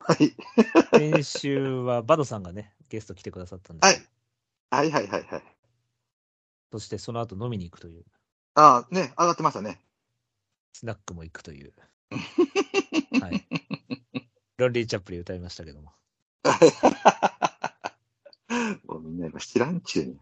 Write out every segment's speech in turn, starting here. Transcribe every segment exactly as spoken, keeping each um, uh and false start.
はい。 先週はバドさんがね、ゲスト来てくださったんで。 はい。はいはいはいはい。 そしてその後飲みに行くという。 ああ、ね、上がってましたね。 スナックも行くという。はい。ロンリーチャップリン歌いましたけども。 もうみんな今知らんちゅうに。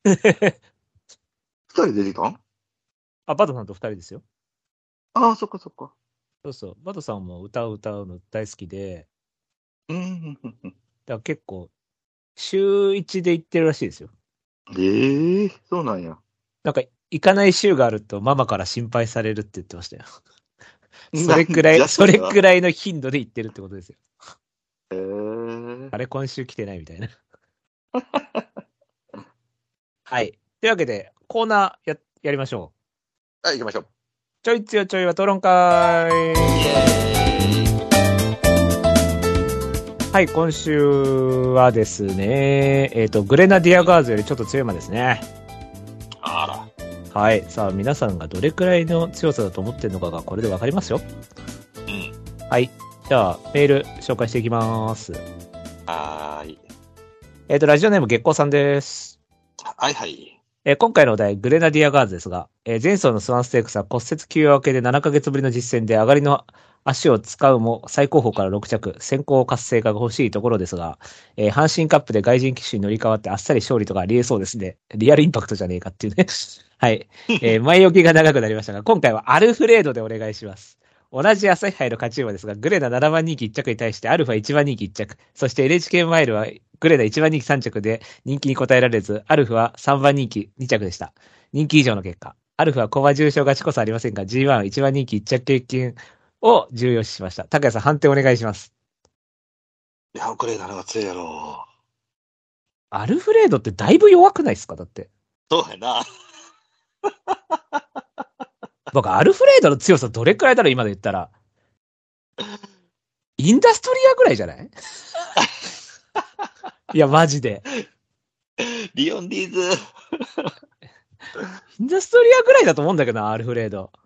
二人出てきたん？ あ、バドさんと二人ですよ。 ああ、そっかそっか。 そうそう。バドさんも歌う歌うの大好きで、 うん。 だから結構、週一で行ってるらしいですよ。 ええー、そうなんや。 なんか、行かない週があるとママから心配されるって言ってましたよ。そなんれくらい、 じゃそれそれは。 くらいの頻度で行ってるってことですよ。 ええー。 あれ、今週来てないみたいな。はい。というわけで、コーナーや、やりましょはい、行きましょう。 う。ちょいつよちょいは討論会。 イエーイ。 はい、今週はですね、えっ、と、グレナディアガーズよりちょっと強い馬ですね。 あら。はい。さあ、皆さんがどれくらいの強さだと思ってるのかがこれでわかりますよ。 うん。 はい。じゃあ、メール紹介していきます。 はーい。 えっ、と、ラジオネーム月光さんです。 はいはい。 えー今回のお題、グレナディアガーズですが、えー前走のスワンステークスは骨折休養明けでななかげつぶりの実戦で上がりの足を使うも最高峰からろく着、先行活性化が欲しいところですが、えー阪神カップで外人騎手に乗り換わってあっさり勝利とかありえそうですね。リアルインパクトじゃねえかっていうね。はい。えー前置きが長くなりましたが、今回はアルフレードでお願いします。同じ朝日杯の勝ち馬ですが、グレナななばん人気いっ着に対してアルファいちばん人気いっ着、そして エヌエイチケー マイルはグレナいちばん人気さん着で人気に応えられず、アルフはさんばん人気に着でした。人気以上の結果。アルフは小馬重賞勝ちこそありませんが、ジーワンいちばん人気いっ着経験を重要視しました。高谷さん判定お願いします。 いや、これなのが強いやろ。 アルフレードってだいぶ弱くないですか？だって。 そうやな。 僕、アルフレードの強さどれくらいだろう今で言ったら。インダストリアぐらいじゃない？いや、マジで。 リオンディーズ。 インダストリアぐらいだと思うんだけどな、アルフレード。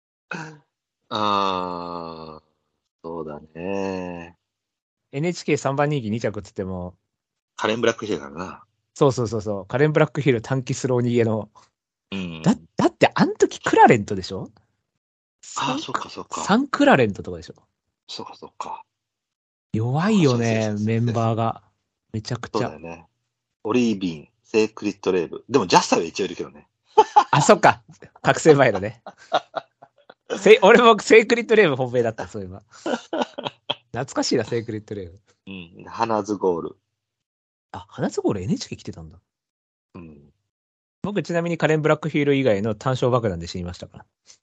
ああ、そうだね。 エヌエイチケーさんばん人気に着って言っても、 カレンブラックしてからな。 そうそうそうそう、カレンブラックヒル短期スロー逃げの。 うん。 だ、だってあの時クラレントでしょ？ ああ、 サンク、 そっかそっか。 サンクラレントとかでしょ？ そっかそっか。 弱いああ、そうそうよね、 そうそう。 メンバーが。めちゃくちゃ。 そうだよね。オリービーン、セークリッドレーブ。でもジャスターは一応いるけどね。 あ、そっか。覚醒前のね。せ俺もセークリッドレーブ本命だった、そういえば。懐かしいな、セークリッドレーブ。 うん。ハナズゴール。 あ、花津ゴール エヌエイチケー 来てたんだ。 うん。 僕ちなみにカレンブラックヒール以外の単勝爆弾で死にましたから。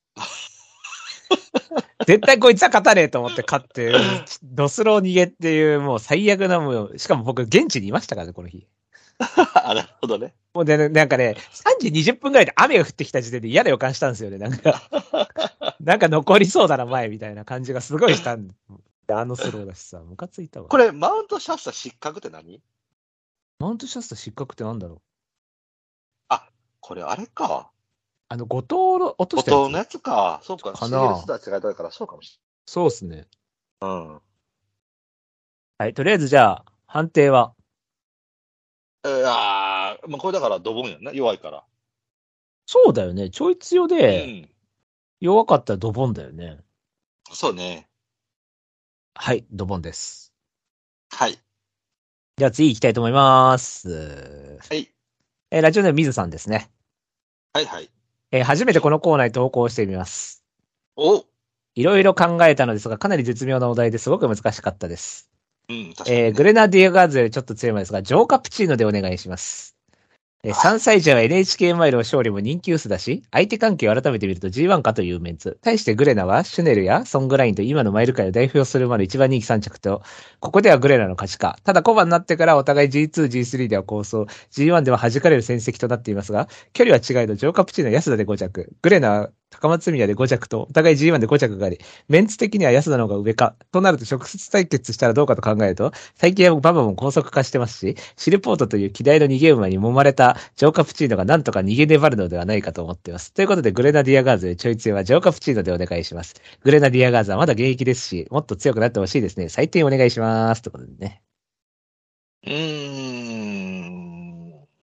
絶対こいつは勝たねえと思って勝って、ドスロー逃げっていうもう最悪なもう、しかも僕現地にいましたからね、この日。 あ、なるほどね。 もうね、なんかね、さんじにじゅっぷんぐらいで雨が降ってきた時点で嫌な予感したんですよね、なんか。なんか残りそうだな、前みたいな感じがすごいしたんで。あのスローだしさ、ムカついたわ。 これ、マウントシャスタ失格って何？ マウントシャスタ失格ってなんだろう？ あ、これあれか。 あの、後藤の落としたやつ。 後藤のやつか。そうか。 かな。 シーエルスター違いだからそうかもしそうっすね。 れない。うん。 はい、とりあえずじゃあ、判定は。 えー、あーまあ、これだからドボンやんな。弱いから。 そうだよね。ちょい強うで、 ん。 弱かったらドボンだよね。 そうね。 はい、ドボンです。 はい。 じゃあ次行きたいと思います。 はい。 えーラジオネーム水さんですね。 はいはい。 えー初めてこのコーナーに投稿してみます。 おいろいろ考えたのですが、かなり絶妙なお題ですごく難しかったです。 うん、確かに、ね。 えーグレナディアガーズよりちょっと強いのですが、ジョーカプチーノでお願いします。えーさんさい児は エヌエイチケー マイルを勝利も人気薄だし、相手関係を改めて見ると ジーワン かというメンツ。対してグレナはシュネルやソングラインと今のマイル界を代表する馬の一番人気さん着と、ここではグレナの勝ちか。ただ小馬になってからお互い ジーツー、ジースリー では構想、ジーワン では弾かれる戦績となっていますが、距離は違いのジョーカプチーノ安田でご着。グレナは高松宮でご着と、お互い ジーワン でご着があり、メンツ的には安田の方が上か。となると直接対決したらどうかと考えると、最近は馬場も高速化してますし、シルポートという希代の逃げ馬に揉まれたジョーカプチーノがなんとか逃げ粘るのではないかと思っています。ということで、グレナディアガーズでちょい強いはジョーカプチーノでお願いします。グレナディアガーズはまだ現役ですし、もっと強くなってほしいですね。採点お願いします。ということでね。 うーん。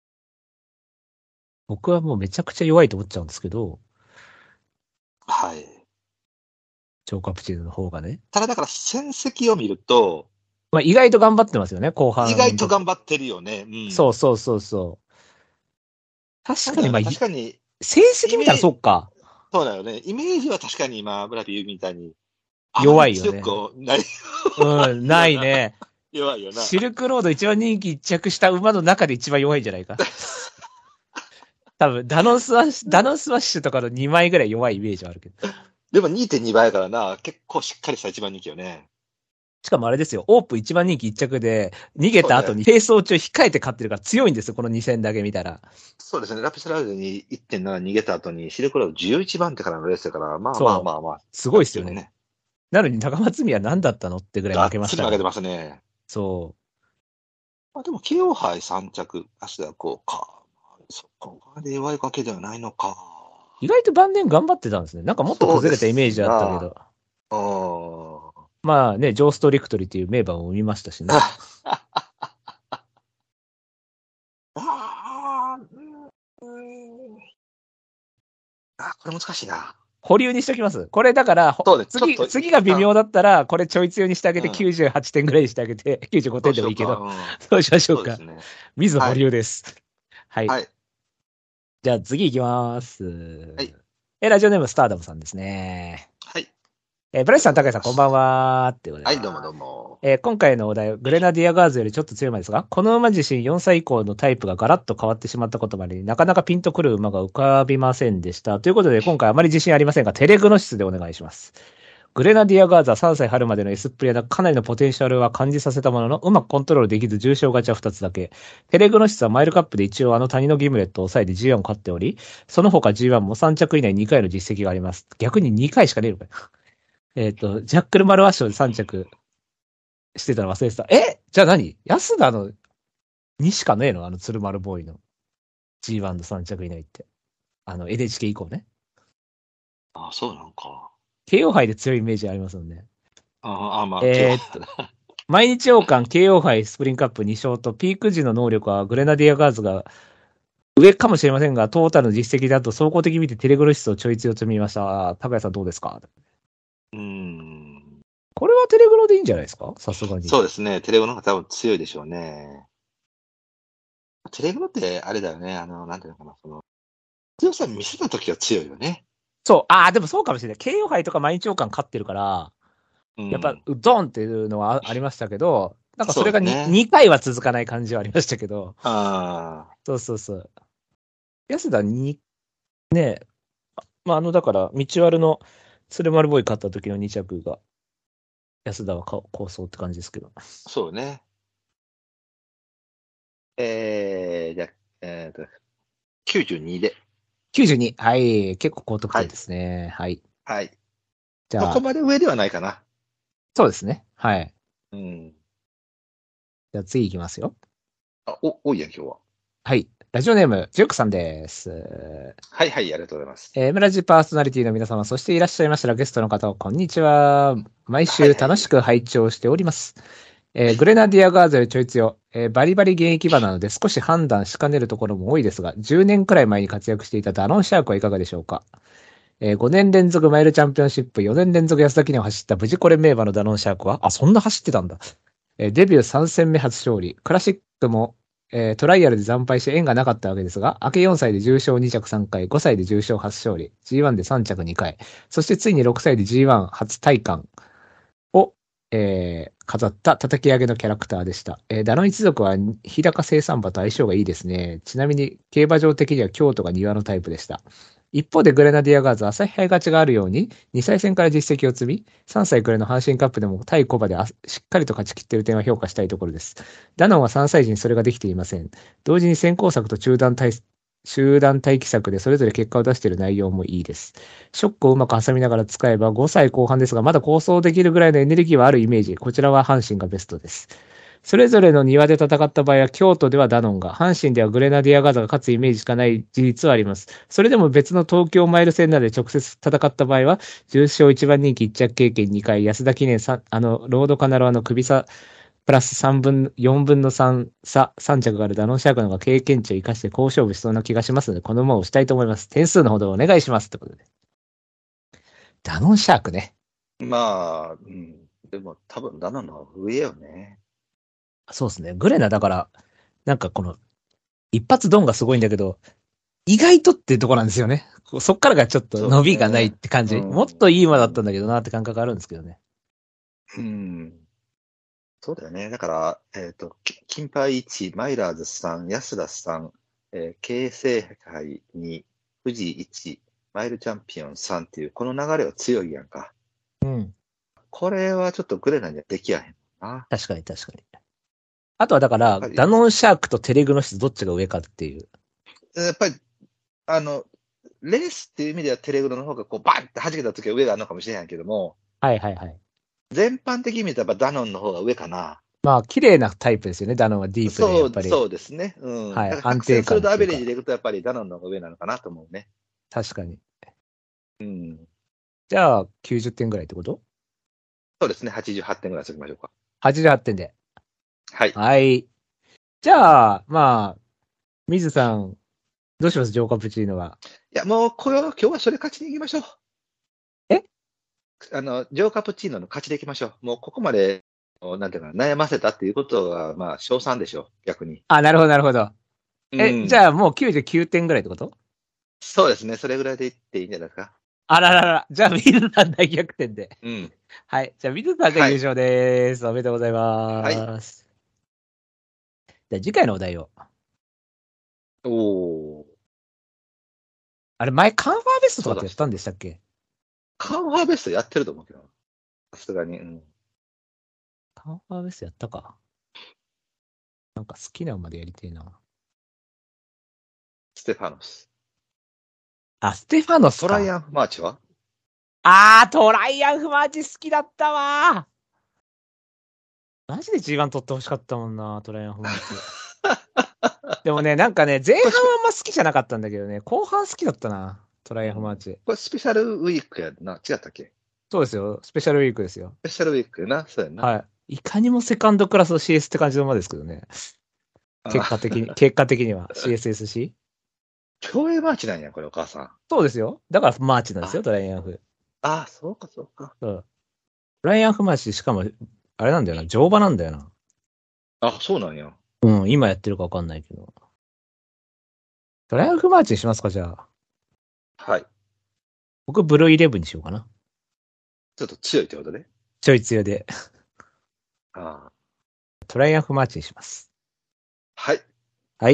僕はもうめちゃくちゃ弱いと思っちゃうんですけど、 はい。 ジョーカプチーノの方がね。 ただだから戦績を見ると、 まあ意外と頑張ってますよね、後半。 意外と頑張ってるよね。うん。 そうそうそうそう。確かに、まあ、 確かに、 成績見たらそうか。 そうだよね。イメージは確かに今、ブラピ言うみたいに。 弱いよね。 強くない。 うん、ないね。 弱いよな。 シルクロード一番人気一着した馬の中で一番弱いんじゃないか。多分、ダノンスワッシュ、ダノンスワッシュとかのにまいぐらい弱いイメージはあるけど。 でも にてんに 倍やからな、結構しっかりした一番人気よね。 しかもあれですよ、オープン一番人気一着で、逃げた後に並走中控えて勝ってるから強いんですよ、このに戦だけ見たら。 そうですね、ラピスラウドに いってんなな 逃げた後に、シルクロードじゅういちばん手からのレースだから、まあまあまあまあ。 すごいですよね。なのに高松宮何だったのってぐらい負けました、ね。 がっつり負けてますね。 そう。 まあでも、慶応杯さん着、足田こうか。そこまで弱いわけではないのか。 意外と晩年頑張ってたんですね。なんかもっと崩れたイメージあったけど。 ああ。 まあね、ジョーストリクトリーっていう名馬を生みましたしね。 ああ、うん。あ、これ難しいな。 保留にしときます。これだから、次、次が微妙だったら、これちょい強にしてあげてきゅうじゅうはちてんぐらいにしてあげて、きゅうじゅうごてんでもいいけど、そう,、うん、そうしましょうか。うね、水保留です。はい。はい、じゃあ次行きます。はい。え、ラジオネームスターダムさんですね。はい。えー、ブラシさん、高井さん、こんばんはってことで。 はい、どうもどうも。 えー、今回のお題、グレナディアガーズよりちょっと強い馬ですが、この馬自身よんさい以降のタイプがガラッと変わってしまったことまでになかなかピンとくる馬が浮かびませんでした。ということで、今回あまり自信ありませんが、テレグノシスでお願いします。グレナディアガーズはさんさい春までの S プレイヤーでかなりのポテンシャルは感じさせたものの、うまくコントロールできず重賞勝ちはふたつだけ。テレグノシスはマイルカップで一応あの谷のギムレットを抑えて ジーワン を勝っており、その他 ジーワン もさん着以内にかいの実績があります。逆ににかいしか出るかよ。えっと、ジャックルマルワッションでさん着してたの忘れてた。えじゃあ何安田のにしかねえのあの鶴丸ボーイの ジーワン のさん着以内って。あの エヌエイチケー 以降ね。 ああ、そうなんか。 ケーオー 杯で強いイメージありますもんね。 ああ、まあ、 えー、っと。毎日王冠 ケーオー 杯スプリングカップに勝とピーク時の能力はグレナディアガーズが上かもしれませんが、トータルの実績だと総合的に見てテレグロシスをちょい強と見ました。高谷さんどうですか？うーん。これはテレグロでいいんじゃないですか？さすがに。 そうですね。テレグロの方が多分強いでしょうね。テレグロってあれだよね。あの、なんていうのかな。その強さ見せたときは強いよね。 そう。ああ、でもそうかもしれない。ケーオー 杯とか毎日王冠勝ってるから、うん、やっぱ、ドンっていうのはありましたけど、なんかそれが 2,、ね、にかいは続かない感じはありましたけど。ああ。そうそうそう。安田に、ねえ、まあ、あの、だから、道悪の鶴丸ボーイ勝った時のに着が、安田は構想って感じですけど。 そうね。えー、じゃあ、えーと、きゅうじゅうにで。 きゅうじゅうに。はい。結構高得点ですね。はい。 はい。じゃあ。そこまで上ではないかな。 そうですね。はい。うん。じゃあ次行きますよ。 あ、お、多いやん、今日は。 はい。ラジオネーム、ジュークさんです。 はいはい、ありがとうございます。 えー、ムラジパーソナリティの皆様、そしていらっしゃいましたらゲストの方、こんにちは。毎週楽しく拝聴しております。はいはい、えー、グレナディアガーズよりちょい強、えー、バリバリ現役馬なので少し判断しかねるところも多いですが、じゅうねんくらい前に活躍していたダノンシャークはいかがでしょうか。えー、ごねん連続マイルチャンピオンシップ、よねん連続安田記念を走った無事これ名馬のダノンシャークは、あ、そんな走ってたんだ。えー、デビューさん戦目初勝利、クラシックも、えー、トライアルで惨敗し縁がなかったわけですが、明けよんさいで重賞に着さんかい、ごさいで重賞初勝利、ジーワン でさん着にかい、そしてついにろくさいで ジーワン 初体感を、えー、飾った叩き上げのキャラクターでした。えー、ダノン一族は日高生産馬と相性がいいですね。ちなみに競馬場的には京都が庭のタイプでした。一方でグレナディアガーズは朝日杯勝ちがあるようににさい戦から実績を積み、さんさいくらいの阪神カップでも対コバでしっかりと勝ち切っている点は評価したいところです。ダノンはさんさい時にそれができていません。同時に先行策と中断対集団待機策でそれぞれ結果を出している内容もいいです。ショックをうまく挟みながら使えばごさいこう半ですが、まだ構想できるぐらいのエネルギーはあるイメージ。こちらは阪神がベストです。それぞれの庭で戦った場合は、京都ではダノンが、阪神ではグレナディアガードが勝つイメージしかない事実はあります。それでも別の東京マイル戦などで直接戦った場合は、重賞いちばん人気いっ着経験にかい、安田記念さん、あの、ロードカナロアの首差、プラスさんぶん、よんぶんのさん差、さん着があるダノンシャークの方が経験値を生かして好勝負しそうな気がしますので、この馬をしたいと思います。点数のほどお願いします。ということで。ダノンシャークね。 まあ、うん。でも多分ダノンの方が上よね。 そうですね。グレナだから、なんかこの、一発ドンがすごいんだけど、意外とってとこなんですよね。そっからがちょっと伸びがないって感じ。ねうん、もっといい馬だったんだけどなって感覚あるんですけどね。 うん。そうだよね。だから、えっ、ー、と、金杯いち、マイラーズさん、安田さん、えー、京成杯に、富士いち、マイルチャンピオンさんっていう、この流れは強いやんか。 うん。 これはちょっとグレナにはできやへんな。 確かに確かに。あとはだから、ダノンシャークとテレグノシスどっちが上かっていう。 やっぱり、あの、レースっていう意味ではテレグノの方がこうバンって弾けた時は上があるのかもしれないけども。 はいはいはい。 全般的に見たらダノンの方が上かな。 まあ、綺麗なタイプですよね、ダノンはディープでやっぱり。 そう、そうですね。うん。 はい、 安定感。それとアベレージでいくとやっぱりダノンの方が上なのかなと思うね。 確かに。 うん。 じゃあ、きゅうじゅってんぐらいってこと？ そうですね。はちじゅうはってんぐらいしときましょうか。 はちじゅうはってんで。 はい。 はい。じゃあ、まあ、水さん、どうしますジョーカプチーノは。 いや、もう、これは、今日はそれ勝ちに行きましょう。 えあの、ジョーカプチーノの勝ちで行きましょう。もう、ここまで、なんていうか、悩ませたっていうことは、まあ、賞賛でしょう。逆に。 あ、なるほど、なるほど。え、 うん、 じゃあもうきゅうじゅうきゅうてんぐらいってこと？ そうですね。それぐらいでいっていいんじゃないですか。 あららら。じゃあ、水さん大逆転で。 うん。 はい。じゃあ、水さんが優勝です、はい。おめでとうございます。はい。じゃあ、次回のお題を。 おー。 あれ、前、カンファーベストとかってやったんでしたっけ？ カンファーベストやってると思うけど。さすがに。うん。 カンファーベストやったか。なんか好きな馬でやりてえな。 ステファノス。 あ、ステファノスか。 トライアンフマーチは？ あー、トライアンフマーチ好きだったわー。マジで ジーワン 取ってほしかったもんな、トライアンフマーチ。でもね、なんかね、前半はあんま好きじゃなかったんだけどね、後半好きだったな、トライアンフマーチ。 これスペシャルウィークやな。違ったっけ？ そうですよ、スペシャルウィークですよ。 スペシャルウィークやな、そうやな。 はい。いかにもセカンドクラスの シーエス って感じの馬ですけどね。結果的に、結果的には シーエスエスシー？ 競泳マーチなんや、これお母さん。 そうですよ。だからマーチなんですよ、トライアンフ。 ああ、そうか、そうか。 そう。トライアンフマーチ、しかも、あれなんだよな、乗馬なんだよな。 あ、そうなんや。 うん、今やってるかわかんないけど。トライアンフマーチにしますか、じゃあ。 はい。 僕、ブルーイレブンにしようかな。 ちょっと強いってことね。 ちょい強で。 ああ。 トライアンフマーチにします。 はい。 はい。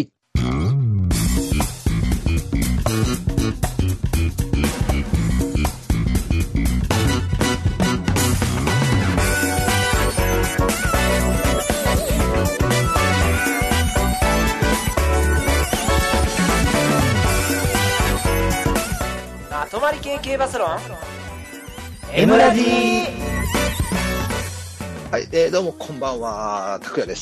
まとまり系系バスロン M ラジー。 はい、えー、どうもこんばんは、拓也です。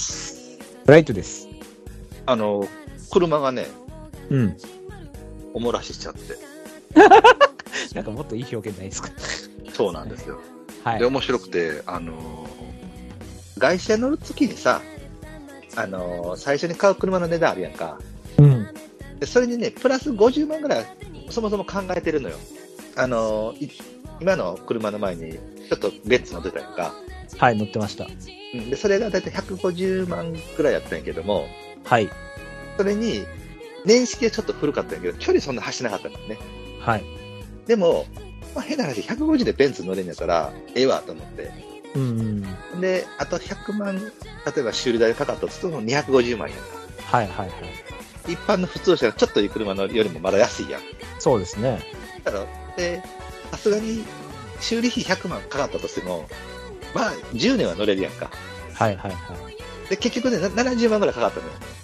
ブライトです。 あの、車がね、 うん。 おもらししちゃって。 なんかもっといい表現ないですか？ そうなんですよ。 はい。 で、面白くて、あの、外車乗るときにさ、あの、最初に買う車の値段あるやんか。 うん。 で、それにね、プラスごじゅうまんぐらい、そもそも考えてるのよ。あの、今の車の前に、ちょっとベンツ乗ってたやんか。 はい、乗ってました。 うん、で、それがだいたいひゃくごじゅうまんぐらいやったんやけども、 はい。 それに、年式はちょっと古かったんやけど、距離そんな走らなかったからね。 はい。 でも、まあ、変な話、ひゃくごじゅうでベンツ乗れんやったら、ええわと思って。 うん。 で、あとひゃくまん、例えば修理代かかったとするとにひゃくごじゅうまんやんか。 はいはいはい。 一般の普通車がちょっといい車のよりもまだ安いやん。 そうですね。 だから、で、さすがに修理費ひゃくまんかかったとしても、まあ、じゅうねんは乗れるやんか。 はいはいはい。 で、結局ね、ななじゅうまんぐらいかかったのよ。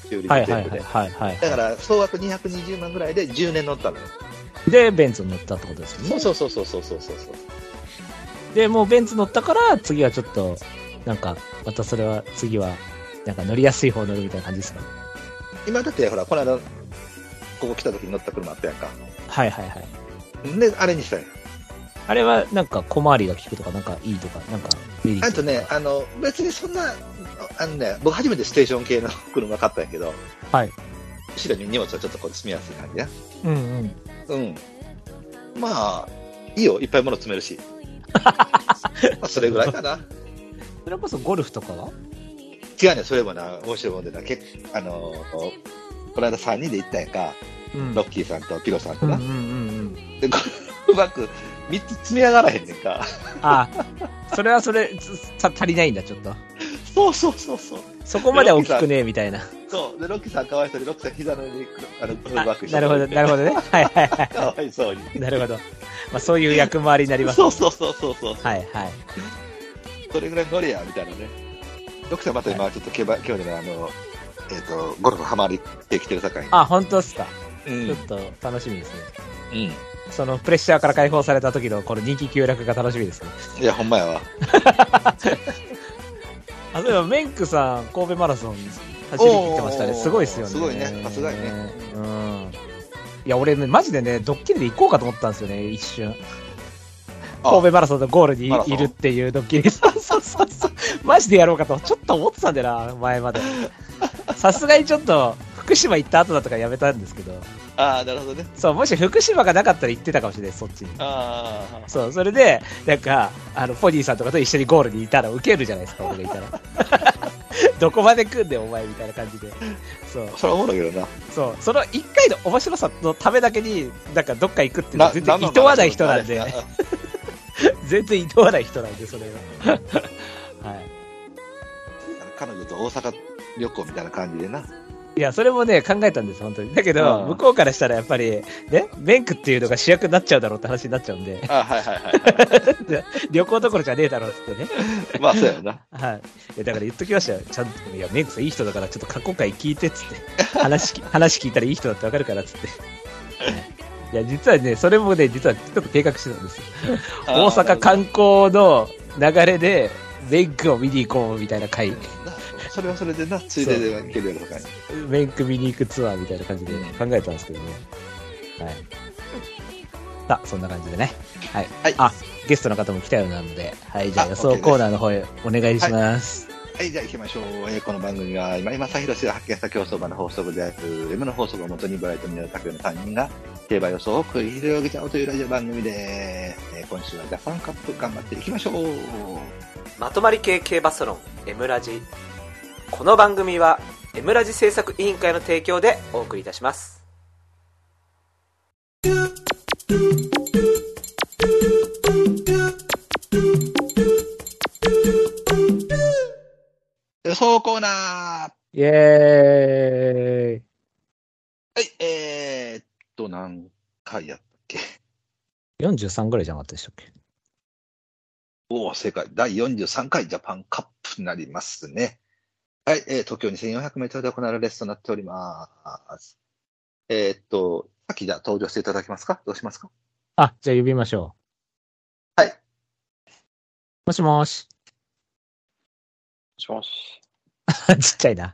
修理はいはいで全部で。 はいはい。 だから総額にひゃくにじゅうまんぐらいでじゅうねん乗ったのよ。 で、ベンツに乗ったってことですよね。 そうそうそうそうそうそうそう。 で、もうベンツ乗ったから、次はちょっと、なんか、またそれは、次は、なんか乗りやすい方乗るみたいな感じですか？ 今だってほら、この間、ここ来た時に乗った車あったやんか。 はいはいはい。 で、あれにしたんや。 あれは、なんか、小回りが効くとか、なんかいいとか、なんか、メリットあとね、あの、別にそんな、あのね、僕初めてステーション系の車買ったんやけど、 はい。 後ろに荷物はちょっとこう積みやすい感じや。 うんうん。 うん。まあ、いいよ、いっぱい物詰めるし。まあ、それぐらいかな。 それこそゴルフとかは？ 違うね、それもな、面白いもんでな、けあのー、この間さんにんで行ったんやんか、うん、ロッキーさんとピロさんとな。うんうんうんうん、で、ゴルフバッグみっつ積み上がらへんねんか。 ああ、それはそれ、足りないんだ、ちょっと。 そうそうそうそう。 そこまで大きくねえみたいな。 そう。で、ロッキーさんかわいそうに、ロッキーさん膝の上に、あの、ゴルフバッグして。 なるほど、なるほどね。はいはいはい。 かわいそうに。 なるほど。まあ、そういう役回りになります、 ね。そうそうそうそうそう。 はいはい。 それぐらい乗れや、みたいなね。ロッキーさんまた今、ちょっと競馬、今日でね、あの、えっ、ー、と、ゴルフハマりってきてる境に。 あ、本当っすか。 うん。 ちょっと楽しみですね。 うん。 そのプレッシャーから解放された時のこの人気急落が楽しみですね。 いや、ほんまやわ。 あ、そういえば、メンクさん、神戸マラソン走り切ってましたね。すごいっすよね。 すごいね。さすがにね。 うん。いや、俺、マジでね、ドッキリで行こうかと思ったんですよね、一瞬。神戸マラソンのゴールにいるっていうドッキリ。そうそうそうそう。マジでやろうかと、ちょっと思ってたんだよな、前まで。さすがにちょっと、福島行った後だったからやめたんですけど。 ああ、なるほどね。 そう、もし福島がなかったら行ってたかもしれない、そっちに。 ああ。 そう、それで、なんか、あの、ポニーさんとかと一緒にゴールにいたらウケるじゃないですか、俺がいたら。どこまで来んねん、お前みたいな感じで。そう。 それはおもろいけどな。 そう。その一回の面白さのためだけに、なんかどっか行くっていうのは全然厭わない人なんで。全然厭わない人なんで、それは。はい。 彼女と大阪旅行みたいな感じでな。 いや、それもね、考えたんです、本当に。だけど、向こうからしたらやっぱり、ね、メンクっていうのが主役になっちゃうだろうって話になっちゃうんで。 あ、はいはいはい、はい。 旅行どころじゃねえだろうってね。 まあ、そうやな。 はい。だから言っときましたよ。ちゃんと、いや、メンクさんいい人だから、ちょっと過去回聞いてっつって。話、話聞いたらいい人だってわかるからっつって。いや、実はね、それもね、実はちょっと計画してたんですよ。大阪観光の流れで、メンクを見に行こうみたいな回。 それはそれでな、ついでで行けるような感じ。 メンク見に行くツアーみたいな感じで考えたんですけどね。はい。さあ、そんな感じでね。はい。はい、あ、ゲストの方も来たようなので、はい、じゃあ予想コーナーの方へお願いします。 はい、はい、じゃあ行きましょう。えー、この番組は、今井正弘が発見した競走馬の法則である M の法則をもとにバラエティによる各のさんにんが競馬予想を繰り広げちゃおうというラジオ番組で、えー、今週はジャパンカップ頑張っていきましょう。 まとまり系競馬ソロン M ラジ。この番組は M ラジ制作委員会の提供でお送りいたします。 予想コーナー、 イエーイ。 はい、えー、っと何回やったっけ。 よんじゅうさんぐらいじゃなかったでしたっけ。 おお、正解。だいよんじゅうさんかいジャパンカップになりますね。はい、えー、東京にせんよんひゃくメートルで行われるレースとなっております。えー、っと、さっきじゃあ登場していただけますか。どうしますか。 あ、じゃあ呼びましょう。はい。 もしもし。 もしもし。 ちっちゃいな。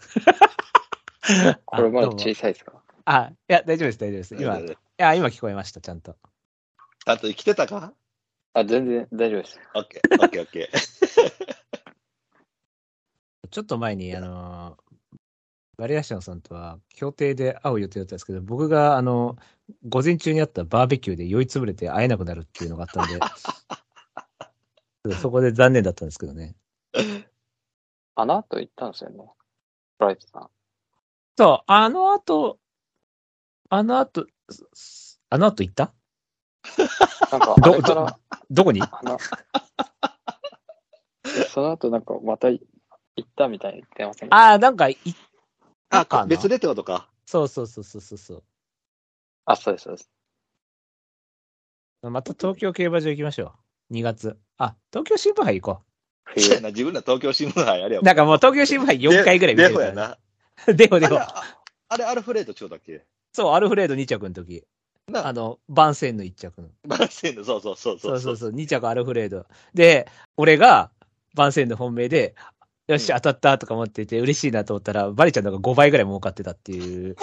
これまだ小さいですか。 あ、いや、大丈夫です、大丈夫です。今、いや、今聞こえました、ちゃんと。 あと生きてたか。 あ、全然大丈夫です。 オッケー、オッケー、オッケー。 ちょっと前に、あの、バリアシャンさんとは協定で会う予定だったんですけど、僕が、あの、午前中にあったバーベキューで酔いつぶれて会えなくなるっていうのがあったんで、そこで残念だったんですけどね。 あの後行ったんですよね、ブライトさん。 そう、あの後、あの後、あの後行ったなんか、あれからど、どこにあのその後なんかまた行ったみたいに言ってませんか。 ああ、なんか行ったかな。 あ、別でってことか。 そうそうそうそうそう。 あ、そうです、そうです。 また東京競馬場行きましょう。にがつ。あ、東京新聞杯行こう。 いやな、自分ら東京新聞杯やれよ。 なんかもう東京新聞杯よんかいぐらい見てるから、 デフやな。 デホデホ。 あれ、ああれアルフレード違うだっけ？ そう、アルフレードに着の時。 な、 あの、番線のいっ着の。 バラセンの、そうそうそうそうう。 そうそうそう、に着アルフレード。で、俺が番線の本命で、よし、 うん当たったとか思ってて、嬉しいなと思ったら、バリちゃんの方がごばいぐらい儲かってたっていう。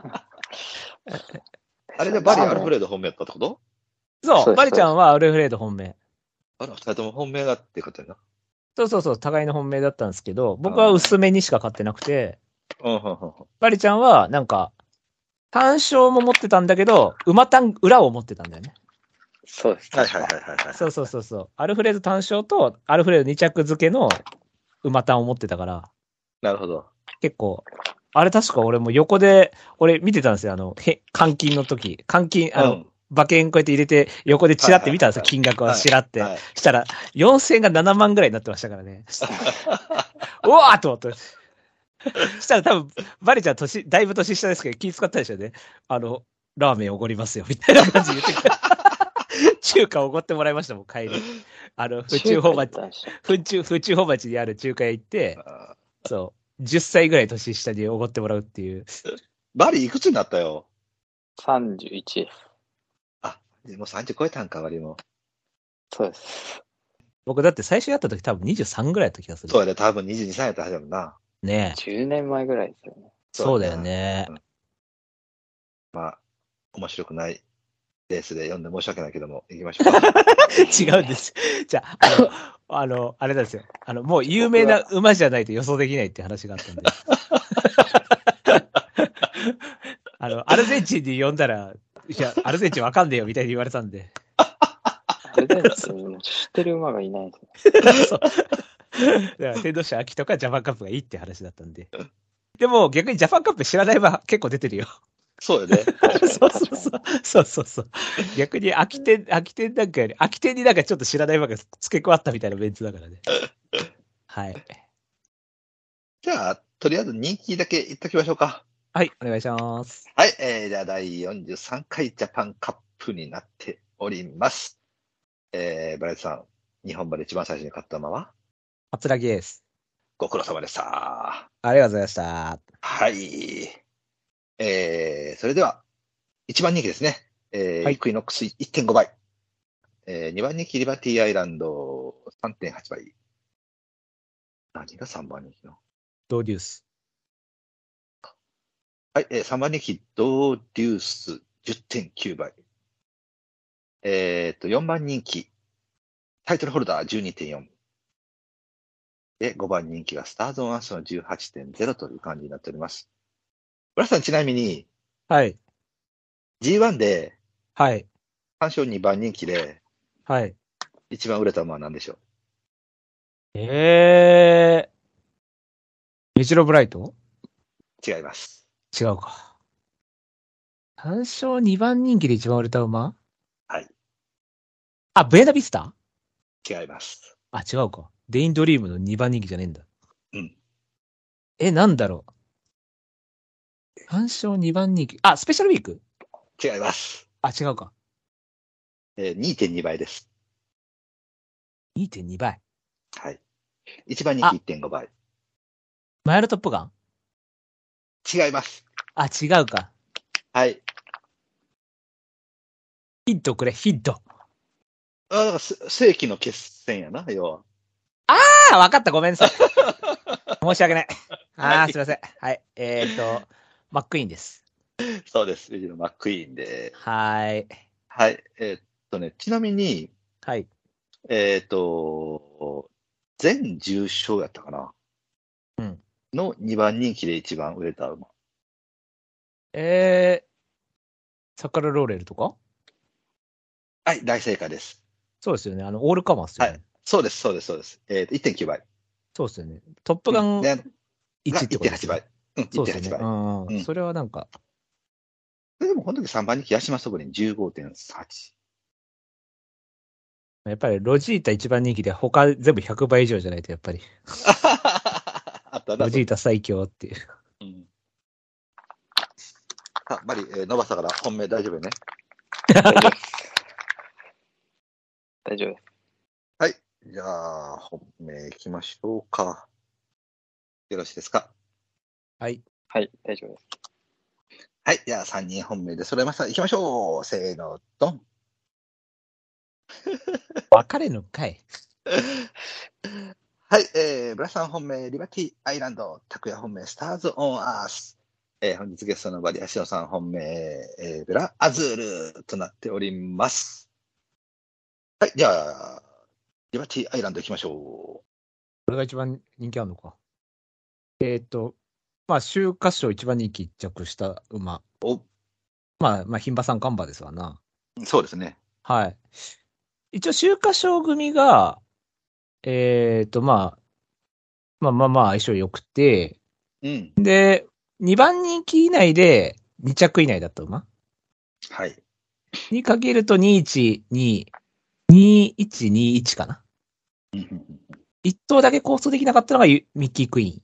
あれでバリアルフレード本命やったってこと？ そう、 そうですバリちゃんはアルフレード本命。 あら、二人とも本命だってことやな。 そうそうそう、互いの本命だったんですけど、僕は薄めにしか買ってなくて、 うん、うん、うんうん。 バリちゃんは、なんか、単勝も持ってたんだけど、馬単裏を持ってたんだよね。 そうです。 はいはいはいはいはい。 そうそうそうそう。アルフレード単勝と、アルフレードに着付けの馬単を持ってたから、 なるほど。 結構、あれ確か俺も横で、俺見てたんですよ、あの、へ換金の時。換金、あの、 うん馬券こうやって入れて、横でチラって見たんですよ、 はいはい金額はいはチラって。 はいしたら、よんせんえんがななまんぐらいになってましたからね。うわーっと思って。したら多分、バレちゃん年、だいぶ年下ですけど、気遣ったでしょうね。あの、ラーメンおごりますよ、みたいな感じで言ってくる。中華おごってもらいましたもん、帰り。あの、府中本町、府中、府中本町にある中華屋行って、 あそう、じゅっさいぐらい年下におごってもらうっていう。 バリいくつになったよ？ さんじゅういちです。 あ、でもさんじゅう超えたんか、バリも。 そうです。 僕だって最初やった時多分にじゅうさんぐらいだった気がする。 そうやで、多分にじゅうに、さんやったはずやもんな。 ねえ。 じゅうねんまえぐらいですよね。 そうだよね。 うんまあ、面白くないレースで読んで申し訳ないけども、行きましょうか。 違うんです。じゃあ、あの、あの、あれなんですよ。あの、もう有名な馬じゃないと予想できないって話があったんで。あの、アルゼンチンに呼んだら、いや、アルゼンチンわかんねえよみたいに言われたんで。 アルゼンチンにも知ってる馬がいないですね。 そう。だから、天皇賞秋とかジャパンカップがいいって話だったんで。でも、逆にジャパンカップ知らない馬結構出てるよ。 そうよね。 そうそうそう。そうそうそう。逆に空き店、空き店なんかより、空き店になんかちょっと知らない馬が付け加わったみたいなメンツだからね。はい。 じゃあ、とりあえず人気だけ言っときましょうか。 はい、お願いします。 はい、えー、じゃあだいよんじゅうさんかいジャパンカップになっております。えー、バレットさん、日本馬で一番最初に勝った馬は桂木です。 ご苦労様でした。 ありがとうございました。 はい。えー、それでは、いちばん人気ですね。えーはいイクイノックス いってんご 倍。えー、にばん人気リバティアイランド さんてんはち 倍。何がさんばん人気のドーデュース。 はい、えー、さんばん人気ドーデュース じゅってんきゅう 倍。えっと、よんばん人気タイトルホルダー じゅうにてんよん。で、ごばん人気がスターズオンアッシュの じゅうはちてんゼロ という感じになっております。ブラスさん、ちなみにはい。 ジーワン ではい。 単勝にばん人気ではい。 一番売れた馬は何でしょう？ えー。メジロブライト？ 違います。 違うか。単勝にばん人気で一番売れた馬？ はい。 あ、ブエナビスタ？ 違います。 あ、違うか。デインドリームのにばん人気じゃねえんだ。 うん。 え、なんだろう。単勝にばん人気。あ、スペシャルウィーク？ 違います。 あ、違うか。 えー、にてんに 倍です。 にてんに 倍。 はい。いちばん人気 いってんご 倍。 マイルトップガン？ 違います。 あ、違うか。 はい。 ヒントくれ、ヒント。 あだからす世紀の決戦やな、要は。 ああ、わかった。ごめんなさい。申し訳ない。ああ、 はいすいません。はい。えーっと、マックイーンです。 そうです。ウィジのマックイーンで。 はーい。 はい。えーっとね、ちなみに、 はい。 えーっと、全重賞やったかなうん。 のにばん人気で一番売れた馬。 えー、サカラローレルとか？ はい、大正解です。 そうですよね。あの、オールカマーっすよね。 はいそうです、そうです、そうです。えーっと、いってんきゅう 倍。 そうですよね。トップガンで、 いちってこと 1.8 ですね。 倍。うん、1.8 そうですよね。 倍。 うん、 うんそれはなんか、 ででも、この時さんばん人気、ヤシマソブリン じゅうごてんはち。 やっぱりロジータ一番人気で他全部ひゃくばい以上じゃないとやっぱり、 あったな、 ロジータ最強っていう。 うんあ、マリ、えー、ノバサから本命大丈夫よね。 大丈夫です。大丈夫です。 はい。じゃあ、本命いきましょうか。よろしいですか。 はい。 はい、大丈夫です。 はい。じゃあさんにん本命で揃えました。行きましょう。せーの、ドン。 別れのかい。 はい。えー、ブラさん本命、リバティアイランド。拓也本命、スターズオンアース。えー、本日ゲストのバリアシオさん本命、えー、ブラアズールとなっております。はい。じゃあ、リバティアイランド行きましょう。 これが一番人気あるのか。えっ、ー、と、まあ、秋華賞一番人気一着した馬。 おまあ、まあ、牝馬さんガンバですわな。 そうですね。 はい。一応、秋華賞組が、えっ、ー、と、まあ、まあまあまあ相性良くて、 うん。 で、にばん人気以内でに着以内だった馬はい。 にかけるとにいちに、にいちにいちかな。一頭だけ構想できなかったのがミッキークイーン。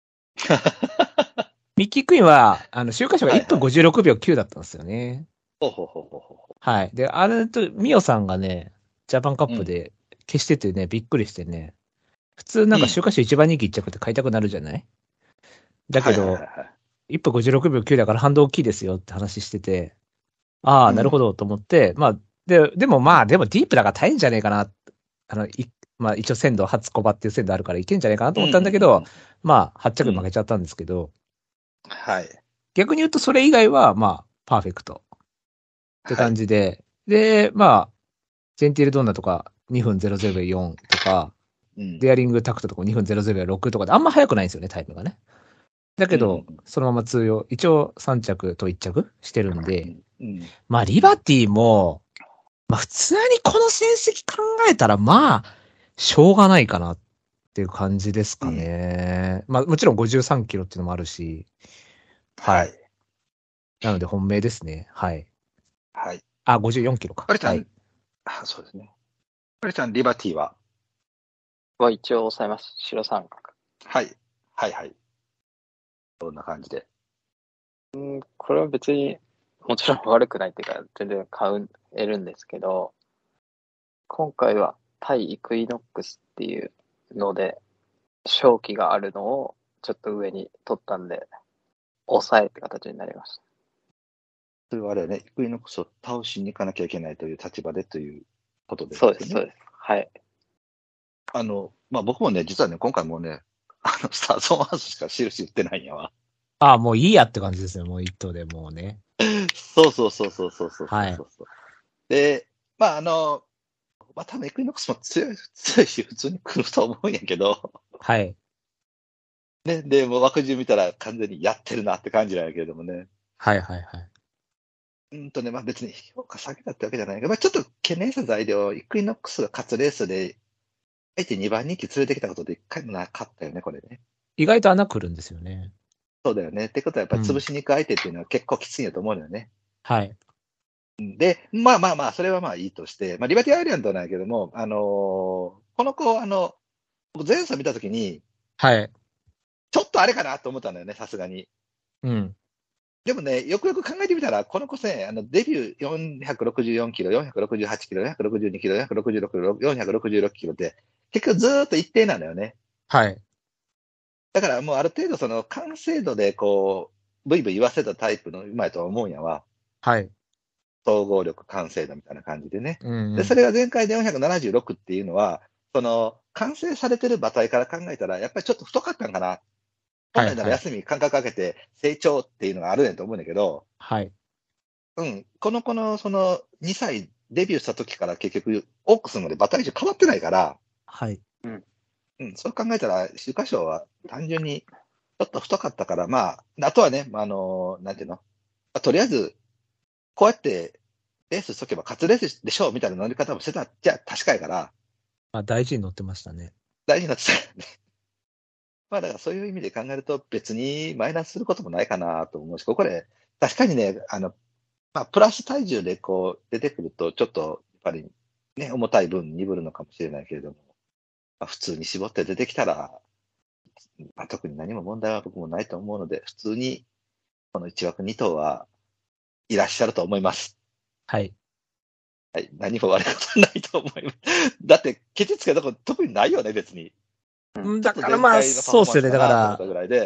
ミッキークイーンは、あの、週刊誌がいっぷんごじゅうろくびょうきゅうだったんですよね。 ほうほうほうほうほう。 はい。で、あれと、ミオさんがね、ジャパンカッうんプで消しててね、びっくりしてね、普通なんか週刊誌一番人気一着って買いたくなるじゃない、だけど、 はいはいはいはいいっぷんごじゅうろくびょうきゅうだから反動大きいですよって話してて、ああ、なるほどと思って、まあ、で、でもまあ、でもディープだから大変じゃねえかな。あの、いまあ一応鮮度、初コバっていう鮮度あるからいけんじゃねえかなと思ったんだけど、 うんうんうんまあ、はち着負けちゃったんですけど、 はい。 逆に言うとそれ以外は、まあ、パーフェクトってはい。 感じで、で、まあ、ジェンティールドンナとかにふんぜろぜろびょうよんとか、 うんデアリングタクトとかにふんぜろぜろびょうろくとかであんま速くないんですよね、タイムがね。だけど、 うんうんそのまま通用、一応さん着といっ着してるんで、 うんうんまあ、リバティも、まあ、普通にこの成績考えたら、まあ、しょうがないかなっていう感じですかね。まあ、もちろんごじゅうさんキロっていうのもあるし、ははいい。。なので本命ですね。はい。 はい。 あ、ごじゅうよんキロか。 パリちゃん、 はい。 あ、そうですね。パリちゃん、リバティはは一応抑えます。白三角。 はい。はいはい。どんな感じで。 これは別にもちろん悪くないっていうか、全然買えるんですけど、今回は対イクイノックスっていうので、勝機があるのをちょっと上に取ったんで、抑えって形になりました。 それはあれね、イクイノックスを倒しに行かなきゃいけないという立場でということですよね。 そうです、そうです。はい。 あの、まあ、僕もね、実はね、今回もね、あの、スターズオンアースしか印売ってないんやわ。 あ、もういいやって感じですよ。もう一頭でもうね。 そうそうそうそうそうそうそうそう。 はいで、まあ、あの、まあ、多分エクイノックスも強い、強いし、普通に来ると思うんやけど、 はい。 ね、で、もう枠順見たら完全にやってるなって感じなんやけれどもね。 はいはいはい。 うんとね、まあ別に評価下げたってわけじゃないけど、まあちょっと懸念した材料、イクイノックスが勝つレースで、あえてにばん人気連れてきたことで一回もなかったよね、これね。 意外と穴来るんですよね。 そうだよね。ってことはやっぱり潰しに行く相手っていうのは結構きついんやと思うのよね。 はい。 で、まあまあまあ、それはまあいいとして、まあリバティアイランドなんやけども、あのーこの子、あの、僕前走見たときに、 はい。 ちょっとあれかなと思ったんだよね、さすがに。 うん。 でもね、よくよく考えてみたら、この子ね、あのデビューよんひゃくろくじゅうよんキロ、よんひゃくろくじゅうはちキロ、よんひゃくろくじゅうにキロ、よんひゃくろくじゅうろくキロ、よんひゃくろくじゅうろくキロって、結局ずーっと一定なんだよね。 はい。 だからもうある程度その完成度でこう、ブイブイ言わせたタイプのうまいとは思うんやわ。 はい。 総合力、完成度みたいな感じでね。 うん、うん。 で、それが前回でよんひゃくななじゅうろくっていうのは、その、完成されてる馬体から考えたら、やっぱりちょっと太かったんかな。本来なら休み間隔かけて成長っていうのがあるんやと思うんだけど、 はい。 うん、この子のそのにさいデビューした時から結局、オークスまで馬体重変わってないから、 はい。 うん、そう考えたら、秋華賞は単純にちょっと太かったから、まあ、あとはね、あの、なんていうの、まあとりあえず、こうやってレースしとけば勝つレースでしょうみたいな乗り方もしてたじゃ確かやから、 まあ、大事に乗ってましたね。 大事になってたよね。まあだからそういう意味で考えると別にマイナスすることもないかなと思うし、これ、確かにね、あの、まあ、プラス体重でこう出てくると、ちょっとやっぱりね、重たい分鈍るのかもしれないけれども、まあ、普通に絞って出てきたら、まあ、特に何も問題は僕もないと思うので、普通にこのいち枠に頭はいらっしゃると思います。 はい。 はい。何も悪いことないと思います。だって、ケチつけたこと特にないよね、別に。 うん、だからまあ、そうっすよね。だから、 ぐらいで。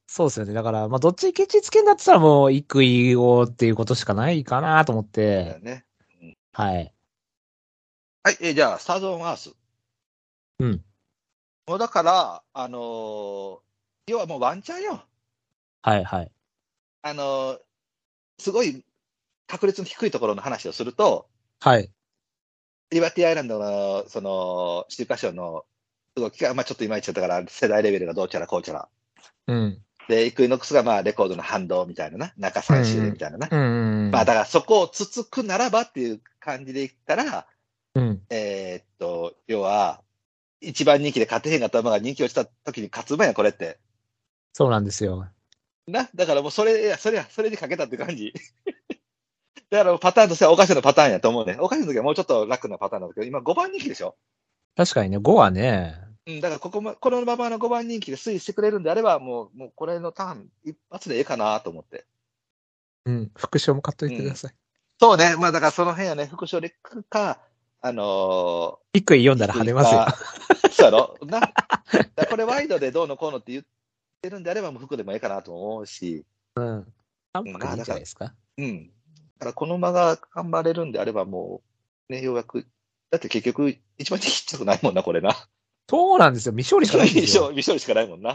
そうですよね。だから、まあ、どっちにケチつけんだって言ったらもう、イクイをっていうことしかないかなと思っだよて、 ね。うん、 はい。 はい、えーじゃあ、スターズ・オン・アース。 うん。 もうだから、あのー要はもうワンチャンよ。 はいはい。 あのーすごい確率の低いところの話をすると、 はい。 リバティアイランドの、その、週刊賞の動きが、まあちょっといまいちだったから、世代レベルがどうちゃらこうちゃら。 うん。 で、イクイノックスがまあレコードの反動みたいなな、中うんさん週でうん。 みたいなな。 うんうん。 まあだからそこをつつくならばっていう感じで言ったら、 うん。 えーっと、要は、一番人気で勝てへんかった馬が人気落ちた時に勝つ馬や、これって。 そうなんですよ。 な、だからもうそれ、いや、それや、それにかけたって感じ。だからパターンとしてはおかしなパターンやと思うね。おかしな時はもうちょっと楽なパターンなんだけど、今ごばん人気でしょ。 確かにね、ごはね、 うん、だからここも、このままのごばん人気で推移してくれるんであれば、もう、もうこれのターン一発でええかなと思って。 うん、副賞も買っとうん。 いてください。 そうね。まあだからその辺はね、副賞で来るか、あのイクイ読んー、 だら跳低いねますよ。 か、そうやろな。だからこれワイドでどうのこうのって言ってるんであれば、もう服でもええかなと思うし、 うん。さんうん、 ぱくでいいんまあだから、 じゃないですか。 うん。だからこの馬が頑張れるんであれば、もう、ね、ようやく、だって結局、一番ちっちゃくないもんな、これな。 そうなんですよ。未勝利しかないんですよ。 未勝未勝利しかないもんな。 うん。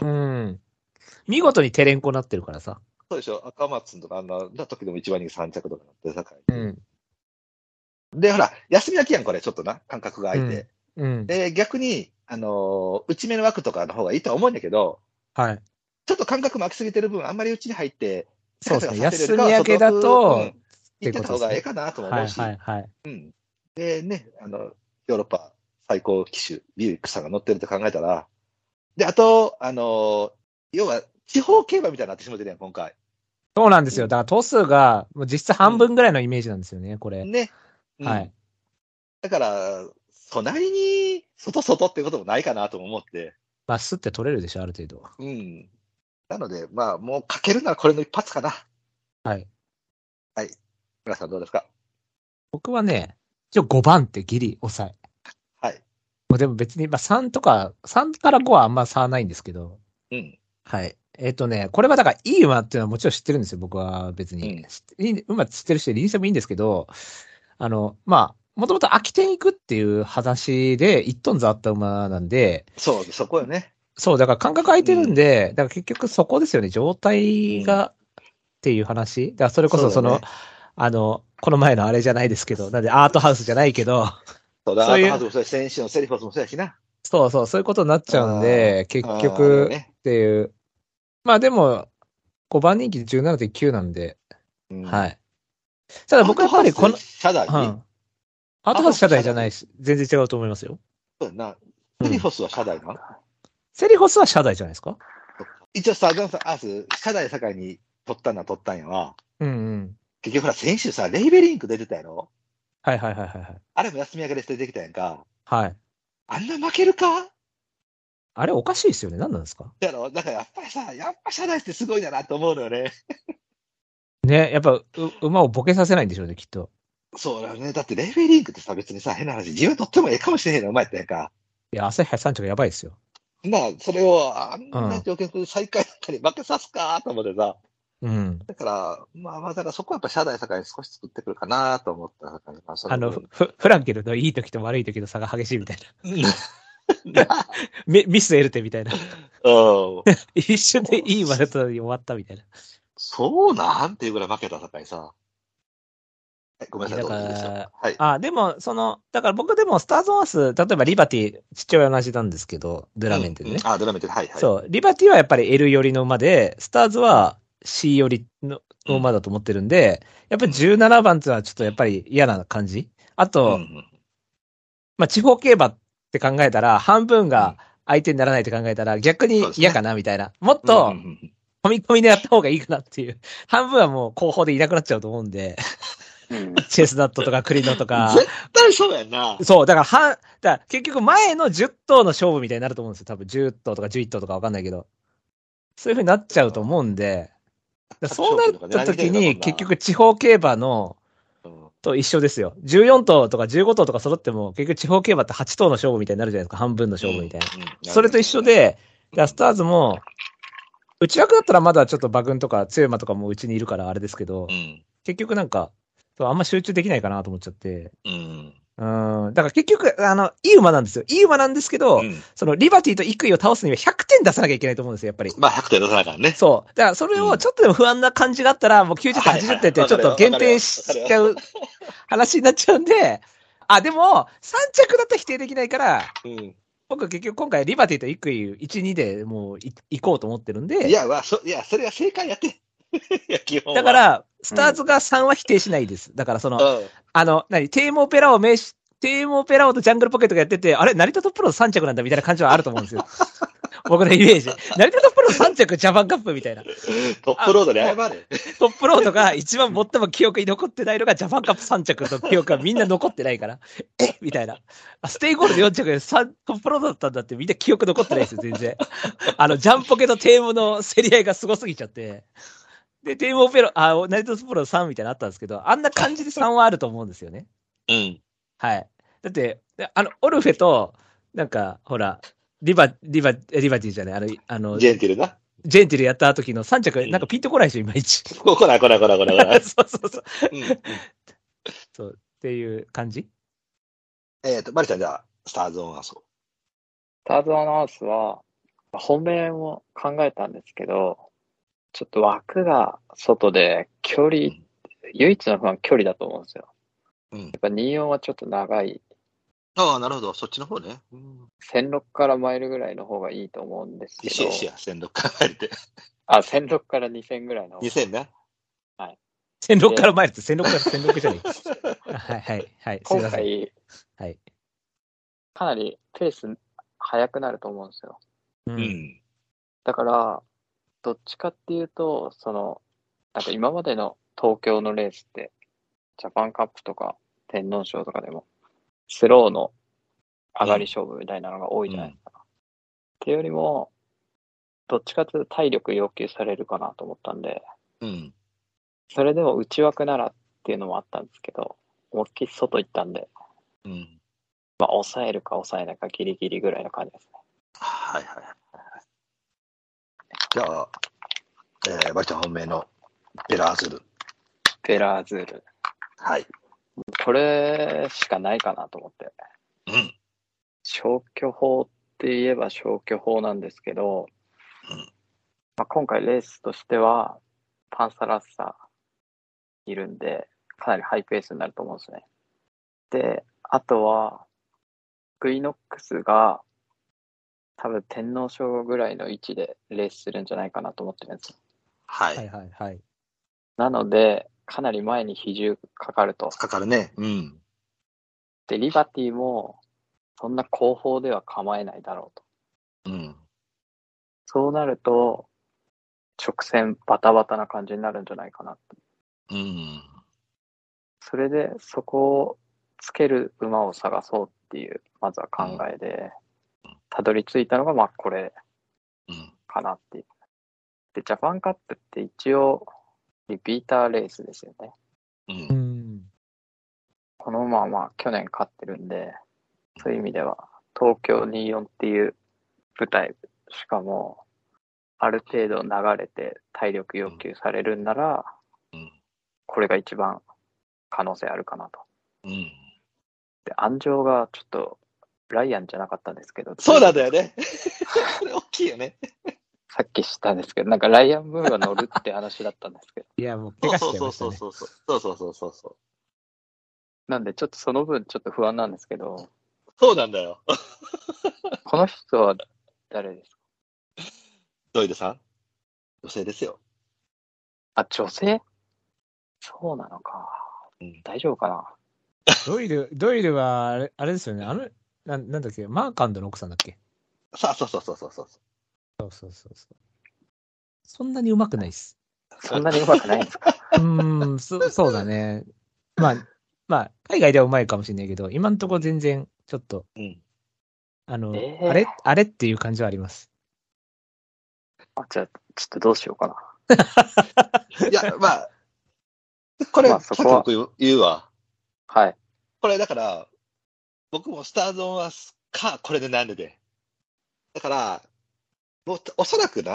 見事にテレンコなってるからさ。 そうでしょ。赤松とかあんな、だ時でも一番人気さん着とかなってさかいに。 うん。 で、ほら、休み明けやん、これ、ちょっとな、間隔が空いて。 うん。うん。 で、逆に、あのー内目の枠とかの方がいいとは思うんだけど、 はい。 ちょっと間隔も空きすぎてる分、あんまり内に入って、せそうですね。 かせかさせるより休みかは、 明けだ外枠、うと、 ん、 っていう行ってた方ことですね。 がええかなともはい思うし、 はいはい。 うん。でね、あの、ヨーロッパ最高機種、ビューイックさんが乗ってるって考えたら、で、あと、あのー要は、地方競馬みたいになってしまってるやん、今回。 そうなんですよ。 うん。 だから頭数が、もう実質半分ぐらいのイメージなんですよね、これ。 ね。うん。 はい。 だから、そないに、外外ってこともないかなとも思って。 まあ、スって取れるでしょ、ある程度は。 うん。なので、まあ、もうかけるならこれの一発かな。 はい。 はい。皆さんどうですか？ 僕はね、一応ごばんってギリ抑え。 はい。 もうでも別に、まあさんとか、さんからごはあんま差はないんですけど、 うん。 はい。えっ、とね、これはだからいい馬っていうのはもちろん知ってるんですよ、僕は別に。 うん。 知っていい馬知ってる人で臨してもいいんですけど、あの、まあ、もともと秋天行くっていう話でいちトンザあった馬なんで、 そう、そこよね。 そう、だから間隔空いてるんうん。 で、だから結局そこですよね、状態うん。 がっていう話。だからそれこそその、 そうだね。 あの、この前のあれじゃないですけど、なんでアートハウスじゃないけど、 そうだ、 そういう、 アートハウスもそうやし、選手のセリフォスもそうやしな。 そうそう、そういうことになっちゃうんあで、結あ、ああ、あるよ局ね。 っていう。まあでも、ごばん人気じゅうななてんきゅうなんで、 うん。 はい。ただアー僕やっぱトハウス、 りこの、 社代うん。アーアートハウストハウス社社代代じゃないし、全然違うと思いますよ。 そうやな。 うん。 セリフォスは社代な。 セリフォスは社代じゃないですか？ 一応さ、ダンサーアース、社代境に取ったのは取ったんやわ。 うんうん。 結局ほら、先週さ、レイベリンク出てたやろ？ はいはいはいはいはい。 あれも休み明けで出てきたやんか。 はい。 あんな負けるか？ あれおかしいですよね。何なんですか？ やろ？だからやっぱりさ、やっぱ社代ってすごいんだなと思うのよね。 ね、やっぱ、う、馬をボケさせないんでしょうね、きっと。 そうだよね。だってレイベリンクってさ、別にさ、変な話、自分とってもええかもしれへんの、お前ってやんか。 いや、朝日さんちがやばいですよ。 まあ、それをあうん。 んな条件で最下位だったり負けさすかと思ってさ。 うん。 だから、まあまあ、だからそこはやっぱ社代境に少し作ってくるかなと思った中に、まあそあの、 の分。 フ、フランケルのいい時と悪い時の差が激しいみたいな。 なミ、ミスエルテみたいな。 うん。 一瞬でそういい馬だったのに終わったみたいな。 そうなんていうぐらい負けた境さ。はい、ごめんなさい、 だかどうぞいいですよ。 ら、 はい。 あ、でも、その、だから僕でもスターズオンアース、例えばリバティ、父親同じなんですけど、ドゥうん、うん。 ラメンテでね。 あ、ドラメって、はい、はい。 そう、リバティはやっぱり L 寄りの馬で、スターズうん、 は C 寄りのうん、 馬だと思ってるんで、やっぱりうん、 じゅうななばんっていうのはちょっとやっぱり嫌な感じ。あうん、うと、 ん。 まあ、地方競馬って考えたら、半分がうん相手にならないって考えたら、逆そうですね。 に嫌かな、みたいな。もっうん、うん、うと、 ん。 込み込みでやった方がいいかなっていう。半分はもう後方でいなくなっちゃうと思うんで、 うん。 チェスナットとかクリノとか。 絶対そうやんな。 そう、だから半、だから結局前のじゅっ頭の勝負みたいになると思うんですよ。多分じゅっ頭とかじゅういち頭とかわかんないけど。そういう風になっちゃうと思うんで、だそうなっ勝負とか狙いに来てるな、そた時にんな。 結局地方競馬の、 うん、 と一緒ですよ。じゅうよん頭とかじゅうご頭とか揃っても、結局地方競馬ってはち頭の勝負みたいになるじゃないですか。半分のうん、 勝負みたいな。 うん。なるね、 それと一なるね。 緒で、だからスうん、 ターズも、 内枠だったらまだちょっと馬群とか強い馬とかもうちにいるからあれですけど、 うん。 結局なんか、そうあんま集中できないかなと思っちゃって。 うん。 うん。だから結局、あの、いい馬なんですよ。いい馬なんですけど、 うん。 そのリバティとイクイを倒すにはひゃくてん出さなきゃいけないと思うんですよ、やっぱり。 まあ、ひゃくてん出さないからね。 そう。だからそれをちょっとでも不安な感じがあったら、もうきゅうじゅってん、 はいはいはちじゅってんってちょっと減点しちゃう話になっちゃうんで、あ、でも、さん着だったら否定できないから、 うん。 僕結局今回リバティとイクイいち、にでもうい行こうと思ってるんで、 いや、まあ、そ、いや、それが正解やって。いや、基本は。 だか、ら、スターズがさんは否定しないです。だからその、 うん。 あの、何、テームオペラを名し、テームオペラオとジャングルポケットがやってて、あれ、成田トップロードさん着なんだみたいな感じはあると思うんですよ。僕のイメージ。成田トップロードさん着ジャパンカップみたいな。 トップロードで謝れ。 トップロードが一番最も記憶に残ってないのがジャパンカップさん着の記憶がみんな残ってないから、えみたいな。あステイゴールドよん着でさんトップロードだったんだってみんな記憶残ってないですよ、全然。あの、ジャンポケとテームの競り合いがすごすぎちゃって。で、テームオペラ、あ、ナイトスプロさんみたいなのあったんですけど、あんな感じでさんはあると思うんですよね。 うん。 はい。だって、あの、オルフェと、なんか、ほら、リバ、リバ、リバティじゃない、あの、あの、 ジェンティルな。 ジェンティルやった時のさん着、なんかピンとこないでしょ、いまいち。 ここらこらこらこらこら。 そうそうそう。 うんうんそう、っていう感じえっと、マリちゃん、じゃあ、スターズオンアーソスターズ・オン・アースは、本命も考えたんですけど、ちょっと枠が外で距離、 うん唯一の不安距離だと思うんですよ。 うん。 やっぱにじゅうよんはちょっと長い、 ああ、なるほど。そっちの方ね。うん。 せんろくからマイルぐらいの方がいいと思うんですけど、 一緒や一緒や、せんろく考えて。 あ、せんろくからにせんぐらいの方がにせんな。 せんろくから前ってせんろくからせんろくじゃねえ。はいはいはい。すい今ません。 回、 はい。 かなりペース速くなると思うんですよ。 う。 うんん。 だから、どっちかっていうと、その、なんか今までの東京のレースって、ジャパンカップとか天皇賞とかでも、スローの上がり勝負みたいなのが多いじゃないですか。っていうよりも、どっちかというと体力要求されるかなと思ったんで、 うん。 それでも内枠ならっていうのもあったんですけど、思いっきり外行ったんで、 うん。 まあ、抑えるか抑えないかギリギリぐらいの感じですね。 はいはい。じゃあ、えー、マリちゃん本命のベラーズル。 ベラーズール。 はい。 これしかないかなと思って。 うん。 消去法って言えば消去法なんですけど、 うんまあ、今回レースとしては、パンサラッサいるんで、かなりハイペースになると思うんですね。で、あとは、グイノックスが、多分天皇賞ぐらいの位置でレースするんじゃないかなと思ってるんですよ。 ははいい。 はいはい。 なので、かなり前に比重かかると。 かかるね。うん。 で、リバティも、そんな後方では構えないだろうと。 うん。 そうなると、直線バタバタな感じになるんじゃないかなって。 うん。 それで、そこをつける馬を探そうっていう、まずは考えで、たどり着いたのが、まあ、これうん。 かなっていう。で、ジャパンカップって一応、リピーターレースですよね。 う。 うんん。 この馬はまあ、去年勝ってるんで、そういう意味では、東京にじゅうよんっていう舞台、しかも、ある程度流れて体力要求されるんなら、 うん。 これが一番可能性あるかなと。 うん。 で、安城がちょっと、ライアンじゃなかったんですけど、 そうなんだよね。これ大きいよね。 さっき知ったんですけど、なんかライアン・ムーが乗るって話だったんですけど、 いや、もうそう怪我しちゃいそうましたね。 そうそうそう。そうそうそうそうそう。 なんでちょっとその分ちょっと不安なんですけど、 そうなんだよ。 この人は誰ですか？ ドイルさん女性ですよ。 あ、女性？そうなのか。 うん。 大丈夫かな。 ドイル、ドイルは、あれあれですよね。あの、ななんだっけ、マーカンドの奥さんだっけ。 さあ、そうそうそうそうそう。 そうそうそうそう。そんなに上手くないっす。 そんなに上手くないんですか？ うーん、そそうだね。まあ、まあ、海外では上手いかもしれないけど、今んとこ全然、ちょっと、 うん。 あの、 えーあれあれっていう感じはあります。 あ、じゃあ、ちょっとどうしようかな。 いや、まあ、これ、 まあそこはさっき僕言う言うわ。 はい。 これだから、僕もスターゾーンはか、これでなんでで。だから、もう、おそらくな、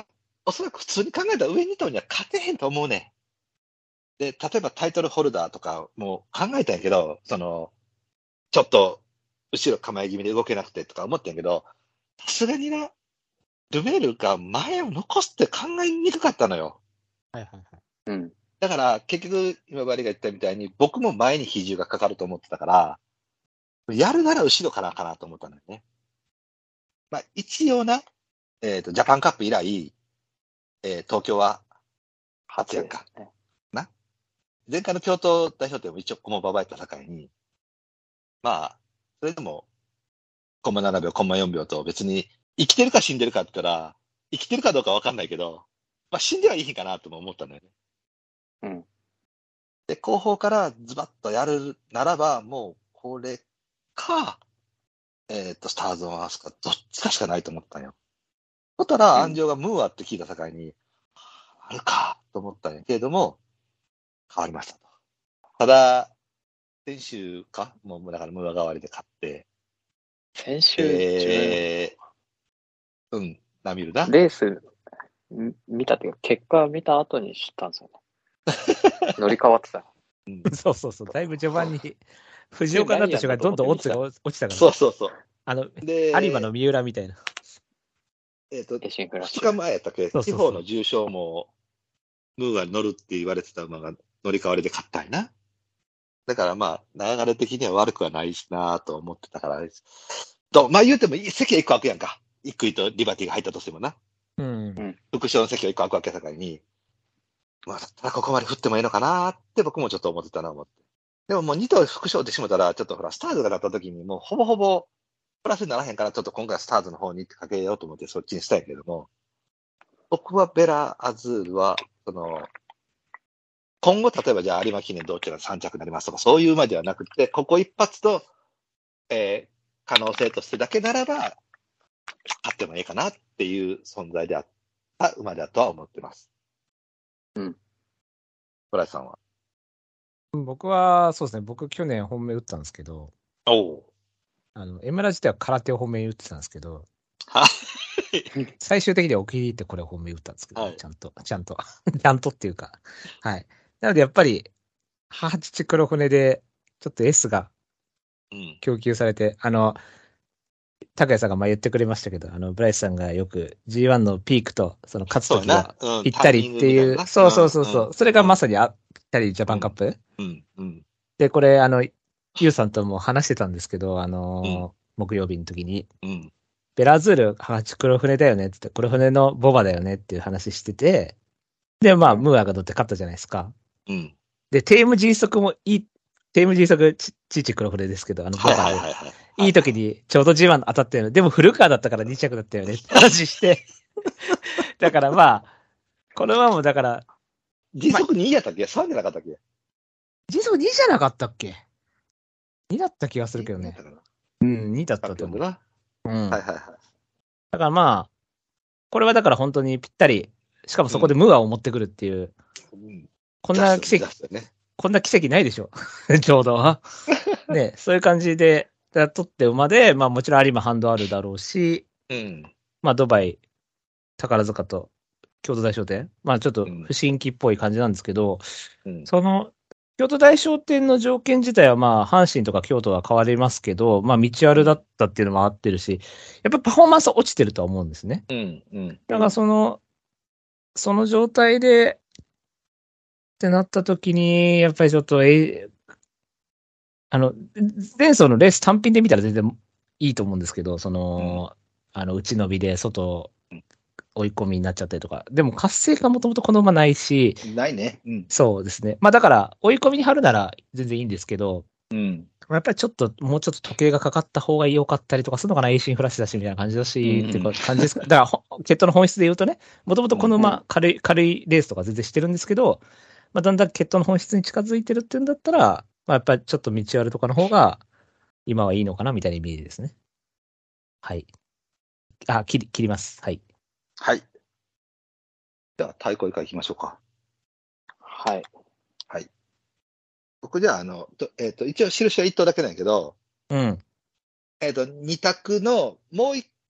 おそらく普通に考えたら上に頭には勝てへんと思うねん。で、例えばタイトルホルダーとかも考えたんやけど、その、ちょっと後ろ構え気味で動けなくてとか思ったんやけど、さすがにな、ルメールが前を残すって考えにくかったのよ。 はいはいはい。 うん。 だから結局、今バリが言ったみたいに、僕も前に比重がかかると思ってたから、やるなら後ろからかなと思ったのよね。まあ一応な、えっ、と、ジャパンカップ以来、えー東京は初やんか。 ね。 な。前回の京都代表でも一応コマババやった境に、まあ、それでも、コンマななびょう、コンマよんびょうと別に生きてるか死んでるかって言ったら、生きてるかどうかわかんないけど、まあ死んではいいかなとも思ったんだよね。 うん。 で、後方からズバッとやるならば、もうこれか、えっ、と、スターズを回すか、どっちかしかないと思ったんよ。そしたら、 うん安城がムーアって聞いた境に、あるかと思ったんやけれども、変わりましたと。ただ、先週か、もうだからムーア代わりで勝って、 先週、自えー、うん、ナミルな分、。レースん見たっていうか、結果見た後に知ったんですよね。乗り換わってた。 そうそうそう。だいぶ序盤に、藤岡になった瞬間にどんどんオッズが落ちたから。 そうそうそう。 あの、 で、 有馬の三浦みたいな。 えっ、と、 エシンフラッシ二日ュ。 前やったっけ、 そうそうそう地方の重賞も、ムーアに乗るって言われてた馬が乗り換わりで勝ったんやな。だからまあ、流れ的には悪くはないしなと思ってたからです。と、まあ言うても、席は一個空くやんか。イクイとリバティが入ったとしてもな。 うん。 副賞の席は一個空くわけだからに、まあ、だったらここまで振ってもいいのかなって僕もちょっと思ってたな思って。でももうに頭副賞でしもたら、ちょっとほら、スターズがなった時にもうほぼほぼプラスにならへんから、ちょっと今回はスターズの方にってかけようと思ってそっちにしたいけれども、僕はベラ・アズールは、その、今後、例えばじゃあ有馬記念どちらがさん着になりますとか、そういう馬ではなくて、ここ一発と、えー、可能性としてだけならば、勝ってもいいかなっていう存在であった馬だとは思ってます。 うん。 村井さんは。 僕は、そうですね。僕去年本命打ったんですけど、 おお。 あの、エムラ自体は空手を本命に打ってたんですけど、 はい。 最終的にはお気に入りってこれ本命打ったんですけど、 はいちゃんと、ちゃんと、ちゃんとっていうか、はい。なのでやっぱり、母父黒船で、ちょっと S がうん。 供給されて、あの、高谷さんが前言ってくれましたけど、あの、ブライスさんがよく ジーワン のピークと、その勝つ時がそうやなうんぴったりってタイミングみたいいう、 なそうそうそうそう、 うんそれがまさにあぴったりジャパンカップ、 うん。うん。 で、これ、あの、ユウさんとも話してたんですけど、あのー木曜日の時に、 うん。 ベラズール、ハチ黒船だよねって言って、黒船のボバだよねっていう話してて、で、まあ、 うんムーアが乗って勝ったじゃないですか。 うん。 で、テーム迅速もいい、テーム迅速、ち、父黒船ですけど、あの、ボはいバで、 はいはいはい。 いい時にちょうど ジーワン 当たったよね。でも古川だったからに着だったよねって話して。だからまあ、この馬もだから、 時速にやったっけ ?さん じゃなかったっけ時速にじゃなかったっけ ?に だった気がするけどね。うん、にだったと思う。 な。 うん。 はいはいはい。 だからまあ、これはだから本当にぴったり、しかもそこでムーアを持ってくるっていう、 うんこんな奇跡、 出すよね。 こんな奇跡ないでしょ。ちょうど。ね、そういう感じで、取って馬で、まあもちろん有馬ハンドあるだろうし、 うん。 まあドバイ、宝塚と京都大商店、まあちょっと不審期っぽい感じなんですけど、 うん。 その、京都大商店の条件自体はまあ阪神とか京都は変わりますけど、まあ道あるだったっていうのもあってるし、やっぱパフォーマンスは落ちてるとは思うんですね。 うん。うん。 だからその、その状態で、ってなった時に、やっぱりちょっと、え、あの、前走のレース単品で見たら全然いいと思うんですけど、その、うん、あの、内伸びで外追い込みになっちゃったりとか。でも活性化もともとこの馬ないし。 ないね。うん。 そうですね。まあだから、追い込みに張るなら全然いいんですけど、 うん。 やっぱりちょっと、もうちょっと時計がかかった方が良かったりとかするのかな、エーシンフラッシュだし、みたいな感じだし、うん、っていう感じですか。だから、血統の本質で言うとね、もともとこの馬、軽い、軽いレースとか全然してるんですけど、まあだんだん血統の本質に近づいてるっていうんだったら、まあやっぱりちょっと道あるとかの方が、今はいいのかな、みたいなイメージですね。はい。あ、切り、切ります。はい。 はい。では、対抗以下行きましょうか。 はい。 はい。僕じゃあ、あの、えっ、ー、と、一応印はいっ頭だけなんやけど、 うん。 えっ、ー、と、に択のもう一個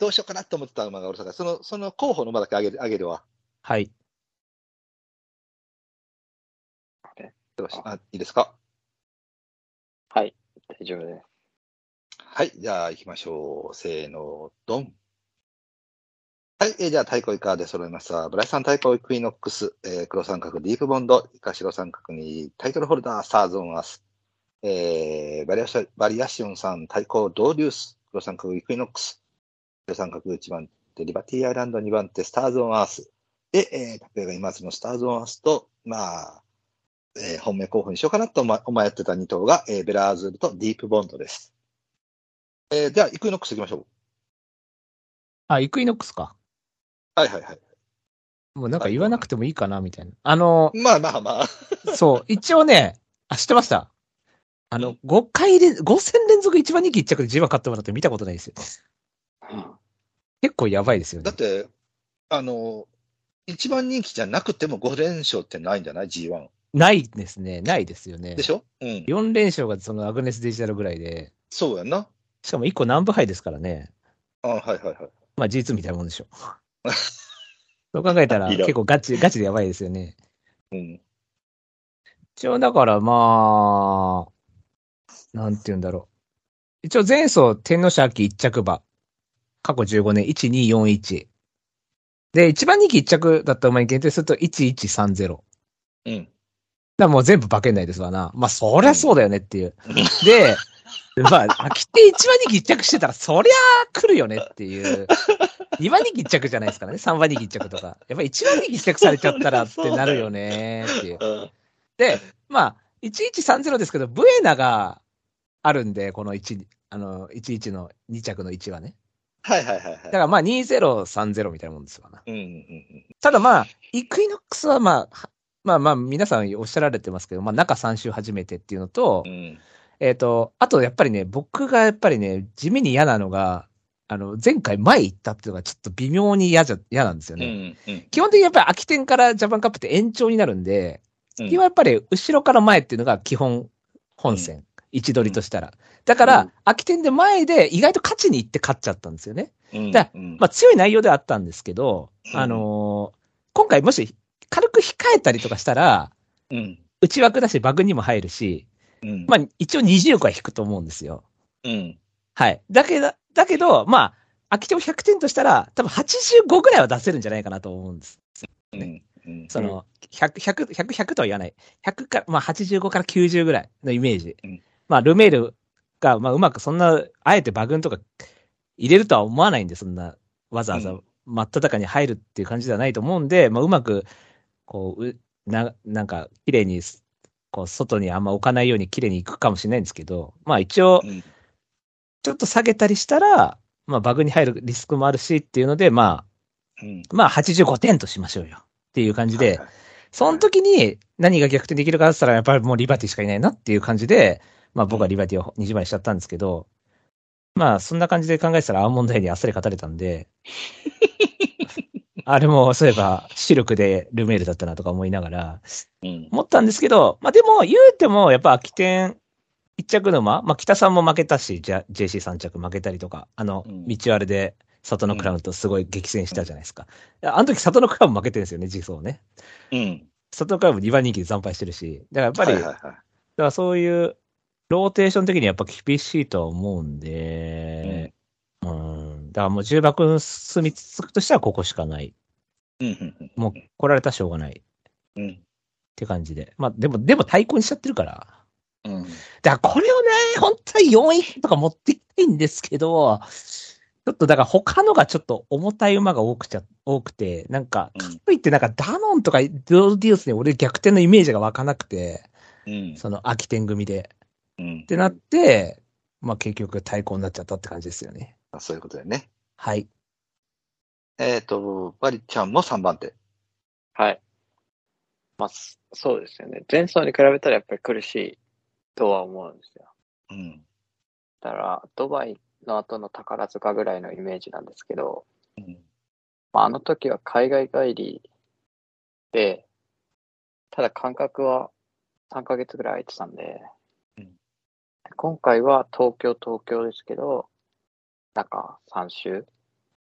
どうしようかなと思ってた馬がおるさかい、その、その候補の馬だけあげる、あげるわ。 はい。 よし、あ、いいですか？ はい、大丈夫です。 はい、じゃあ行きましょう。せーの、ドン。はい、えーじゃあ太鼓以下で揃いました。ブライさん太鼓イクイノックス、えー黒三角ディープボンド、イカ白三角にタイトルホルダー、スターズオンアース、えーバリアショバリアシオンさん太鼓ドーデュース、黒三角イクイノックス、黒三角いちばん手、リバティアイランドにばん手、スターズオンアース。で、えー、タペが今津のスターズオンアースと、まあ、えー本命候補にしようかなと思迷ってたに頭が、えーベラーズールとディープボンドです。えー、では、イクイノックス行きましょう。 あ、イクイノックスか。 はいはいはい。 もうなんか言わなくてもいいかな、みたいな。あの、 まあまあまあ。 そう、一応ね、あ、知ってました。あの、ごかい連、ご戦連続一番人気一着で ジーワン 勝ってもらって見たことないですよ。結構やばいですよね。 だって、あの、一番人気じゃなくてもご連勝ってないんじゃない ジーワン。 ないですね。ないですよね。 でしょ？うん。 よん連勝がそのアグネスデジタルぐらいで、 そうやんな。 しかもいっこ南部杯ですからね。 あはいはいはい。 まあ ジーツー みたいなもんでしょ。そう考えたらいいな結構ガチ、ガチでやばいですよね。 うん。 一応だからまあ、なんて言うんだろう。一応前走天皇賞秋一着馬。過去じゅうごねんいちにーよんいち。で、一番人気一着だった馬に限定するといちいちさんゼロ。 うん。 だからもう全部馬券内ですわな。まあそりゃそうだよねっていう。 うんで、まあ、秋って一番人気一着してたらそりゃ来るよねっていう。にばん人気一着じゃないですからね。さんばん人気一着とか。やっぱりいちばん人気一着されちゃったらってなるよねっていう。 うんで、まあ、いちいちさんゼロですけど、ブエナがあるんで、このいち、あの、いちいちのに着のいちはね。 はいはいはいはい。 だからまあにゼロさんゼロみたいなもんですわな。 うんうんうんただまあ、イクイノックスはまあ、まあまあ皆さんおっしゃられてますけど、まあ中さん週初めてっていうのと、 うんえっと、あとやっぱりね、僕がやっぱりね、地味に嫌なのが、あの、前回前行ったっていうのがちょっと微妙に嫌じゃ、嫌なんですようね。 んうん。 基本的にやっぱり秋天からジャパンカップって延長になるんで、 うん基本やっぱり後ろから前っていうのが基本本戦、 うん位置取りとしたら。だから、 うん秋天で前で意外と勝ちに行って勝っちゃったんですよね。 うんだからうんまあ強い内容ではあったんですけど、 うんあのー今回もし軽く控えたりとかしたら、 うん内枠だし、バグにも入るし、 うんまあ一応にじゅう個は引くと思うんですよ。 うんはい。だけど、だけど、まあ、秋天をひゃくてんとしたら、多分はちじゅうごぐらいは出せるんじゃないかなと思うんです。 うんうんその、ひゃく、ひゃく、ひゃく、ひゃくとは言わない。ひゃくか、まあはちじゅうごからきゅうじゅうぐらいのイメージ。 うんまあ、ルメールが、まあうまくそんな、あえてバグンとか入れるとは思わないんで、そんな、わざわざうん真っ只中に入るっていう感じではないと思うんで、まあうまく、こう、うな、なんか、綺麗に、こう、外にあんま置かないように綺麗に行くかもしれないんですけど、まあ一応、 うんちょっと下げたりしたら、まあバグに入るリスクもあるしっていうので、まうんあ、まあはちじゅうごてんとしましょうよ。っていう感じで、 はいはいその時に何が逆転できるかって言ったら、やっぱりもうリバティしかいないなっていう感じで、まあ僕はリバティをにじまいしちゃったんですけど、まあそんな感じで考えてたらアーモンドヘにあっさり勝たれたんで、あれもそういえばシルクでルメールだったなとか思いながら、 うん思ったんですけど、まあでも言うてもやっぱ秋天一着の馬、まあ北さんも負けたし、じゃ ジェーシーさん 着負けたりとか、あの、 うん道あれで里のクラウンとすごい激戦したじゃないですか。あの時里のクラウン負けてるんですよね、実装ね。 うん里のクラウンにばん人気で惨敗してるし、だからやっぱり、 はいはいはいだからそういうローテーション的にやっぱ厳しいとは思うんで、うん、だからもう重箱住みつくとしたらここしかない。 うんうんもう来られたらしょうがないっうんて感じで。まあでも、でも対抗にしちゃってるから。 うんだからこれをね、本当はよんいとか持っていきたいんですけど、ちょっとだから他のがちょっと重たい馬が多くちゃ、多くて、なんか、 うんかといってなんかダノンとかドロディウスに俺逆転のイメージが湧かなくて、 うんその秋天組で。 うんってなって、まあ結局対抗になっちゃったって感じですよね。 あそういうことだよね。 はい。 えっと、バリちゃんもさんばん手。 はい。まあ、すそうですよね。前走に比べたらやっぱり苦しいとは思うんですよ。 うんだから、ドバイの後の宝塚ぐらいのイメージなんですけど、 うんまあ、あの時は海外帰りで、ただ間隔はさんかげつぐらい空いてたんで、 うん今回は東京、東京ですけど、中さん週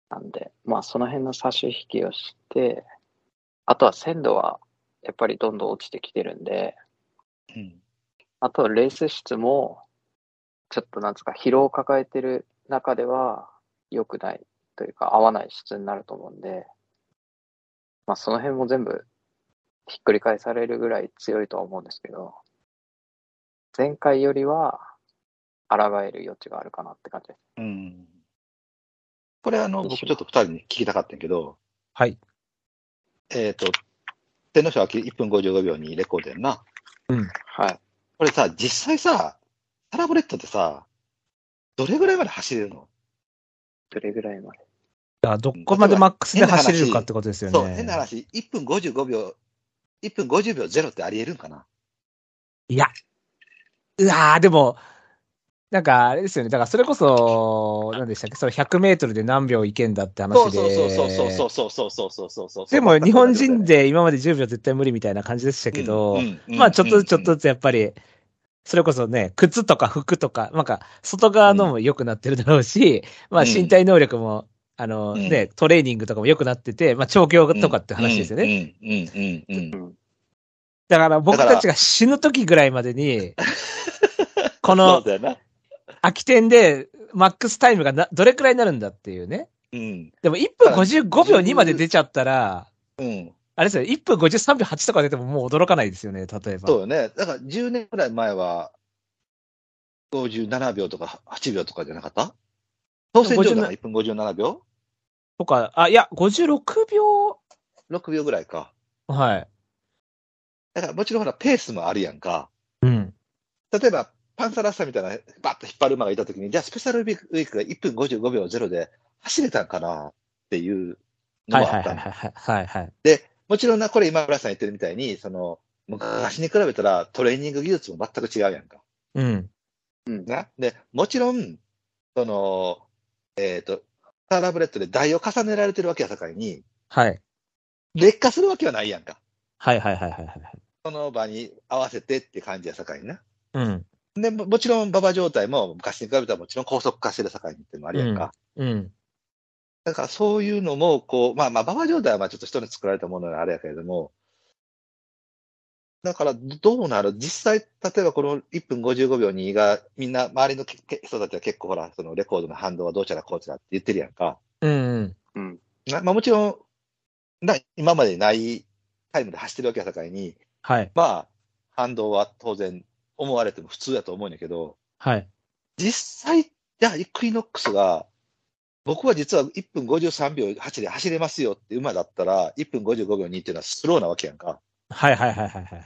なんで、まあその辺の差し引きをして、あとは鮮度はやっぱりどんどん落ちてきてるんで、 うん。 あとはレース質も、ちょっとなんですか、疲労を抱えてる中では良くないというか合わない質になると思うんで、まあその辺も全部ひっくり返されるぐらい強いとは思うんですけど、前回よりは抗える余地があるかなって感じです。 うん。これあの、僕ちょっと二人に聞きたかったんやけど、 はい。 えっ、と、天皇賞はいっぷんごじゅうごびょうにレコードやんな。 うん。 はい。 これさ、実際さ、サラブレッドってさ、どれぐらいまで走れるの？ どれぐらいまで。 だからどこまでマックスで走れるかってことですよね。 そう、変な話、いっぷんごじゅうごびょう、いっぷんごじゅうびょうゼロってあり得るんかな？ いや、うわー、でも、なんか、あれですよね。だから、それこそ、何でしたっけ、そのひゃくメートルで何秒いけんだって話で。 そうそうそうそうそうそうそうそうそうそうそう。 でも、日本人で、 で今までじゅうびょう絶対無理みたいな感じでしたけど、 うんうんうんまあ、ちょっとずつちょっとずつやっぱり、それこそね、靴とか服とか、なんか、外側のも良くなってるだろうし、まあ、身体能力も、あのうんね、トレーニングとかも良くなってて、まあ、調教とかって話ですよね。 うんうんうんうんうん。 だから、僕たちが死ぬ時ぐらいまでに、この、 そうだよな。 空き店で、マックスタイムがなどれくらいになるんだっていうね。 うん。 でもいっぷんごじゅうごびょうにまで出ちゃったら、 うん。 あれですよ、いっぷんごじゅうさんびょうはちとか出てももう驚かないですよね、例えば。 そうよね。だからじゅうねんくらい前は、ごじゅうななびょうとかはちびょうとかじゃなかった？当選上段がいっぷんごじゅうななびょとか、あ、いや、ごじゅうろくびょう ?ろく 秒ぐらいか。 う。はい。 だからもちろんほら、ペースもあるやんか。 うん。 例えば、パンサラッサみたいな、バッと引っ張る馬がいたときに、じゃあスペシャルウィークがいっぷんごじゅうごびょうゼロで走れたんかなっていうのはいはいもあったの。 はいはい。はいはい。 で、もちろんな、これ今村さん言ってるみたいに、その、昔に比べたらトレーニング技術も全く違うやんか。 うん。 な。で、もちろん、その、えっ、と、サラブレッドで台を重ねられてるわけやさかいに、 はい。 劣化するわけはないやんか。 はいはいはいはいはい。 その場に合わせてって感じやさかいにな。 うん。 で、ももちろん馬場状態も昔に比べたらもちろん高速化してるさかいにっていうのもあるやんか。 うん。うん。 だからそういうのも、こう、まあまあ馬場状態はまあちょっと人に作られたものがあれやけれども、だからどうなる実際、例えばこのいっぷんごじゅうごびょうにが、みんな周りの人たちは結構ほら、そのレコードの反動はどうちゃらこうちゃらって言ってるやんか。 うん。 うん。 なまあもちろん、な今までないタイムで走ってるわけやさかいに、 はい。 まあ、反動は当然思われても普通だと思うんだけど、 はい。 実際、じゃあイクイノックスが、僕は実はいっぷんごじゅうさんびょうはちで走れますよって馬だったら、いっぷんごじゅうごびょうにっていうのはスローなわけやんか。 はいはいはいはいはい。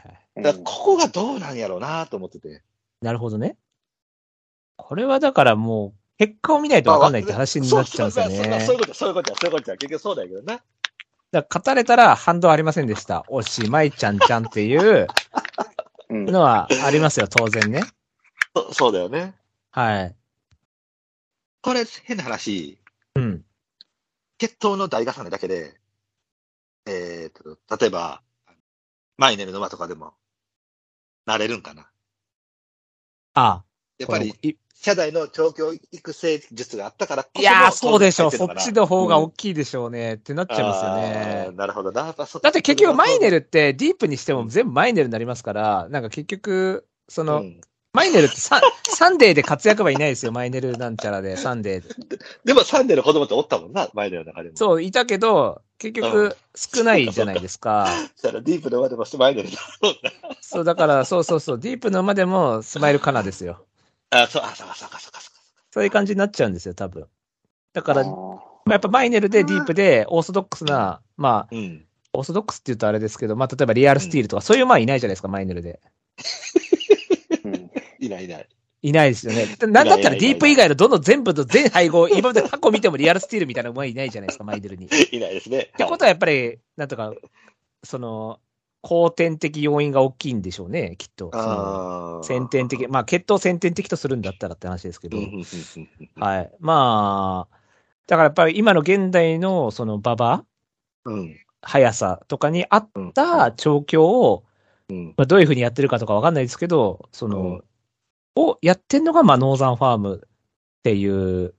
だからここがどうなんやろうなと思ってて。 なるほどね。これはだからもう、結果を見ないと分かんないって話になっちゃうんですよね。 そういうこと、そういうこと、そういうこと、結局そうだけどな。 だから語れたら反動ありませんでした。おしまいちゃんちゃんっていうのはありますよ、当然ね。 そそうだよね。 はい。 これ、変な話。 うん。 血統の大重ねだけで、えー、と、例えば、マイネルの馬とかでも、なれるんかな。 ああ。 やっぱり、社内の調教育成術があったからこそ、 いやー、そうでしょう。そっちの方が大きいでしょうね。うん、ってなっちゃいますよね。 なるほどな。 だって結局、マイネルってディープにしても全部マイネルになりますから、なんか結局、その、うん、マイネルってササンデーで活躍はいないですよ。マイネルなんちゃらで、サンデーで。 でもサンデーの子供っておったもんな、マイネルの中でも。 そう、いたけど、結局、少ないじゃないですか。 だからディープの馬でもマイネルだろうな。 そう、だから、そうそうそう、ディープの馬でもスマイルカナですよ。 あ、そう、あ、そうか、そうか、そうか。 そういう感じになっちゃうんですよ、多分。だから、やっぱマイネルでディープでオーソドックスな、まあ、うん、オーソドックスって言うとあれですけど、まあ、例えばリアルスティールとか、うん、そういう馬はいないじゃないですか、マイネルで。 うん、いないいない。 いないですよね。なんだったらディープ以外のどの全部の全配合、今まで過去見てもリアルスティールみたいな馬いないじゃないですか、マイネルに。 いないですね。 ってことはやっぱり、なんとか、その、後天的要因が大きいんでしょうね、きっと。その先天的、まあ、血統先天的とするんだったらって話ですけど。はい。まあ、だからやっぱり今の現代のその馬場、うん、速さとかに合った調教を、うんまあ、どういうふうにやってるかとかわかんないですけど、その、うん、をやってんのが、まあ、ノーザンファームっていう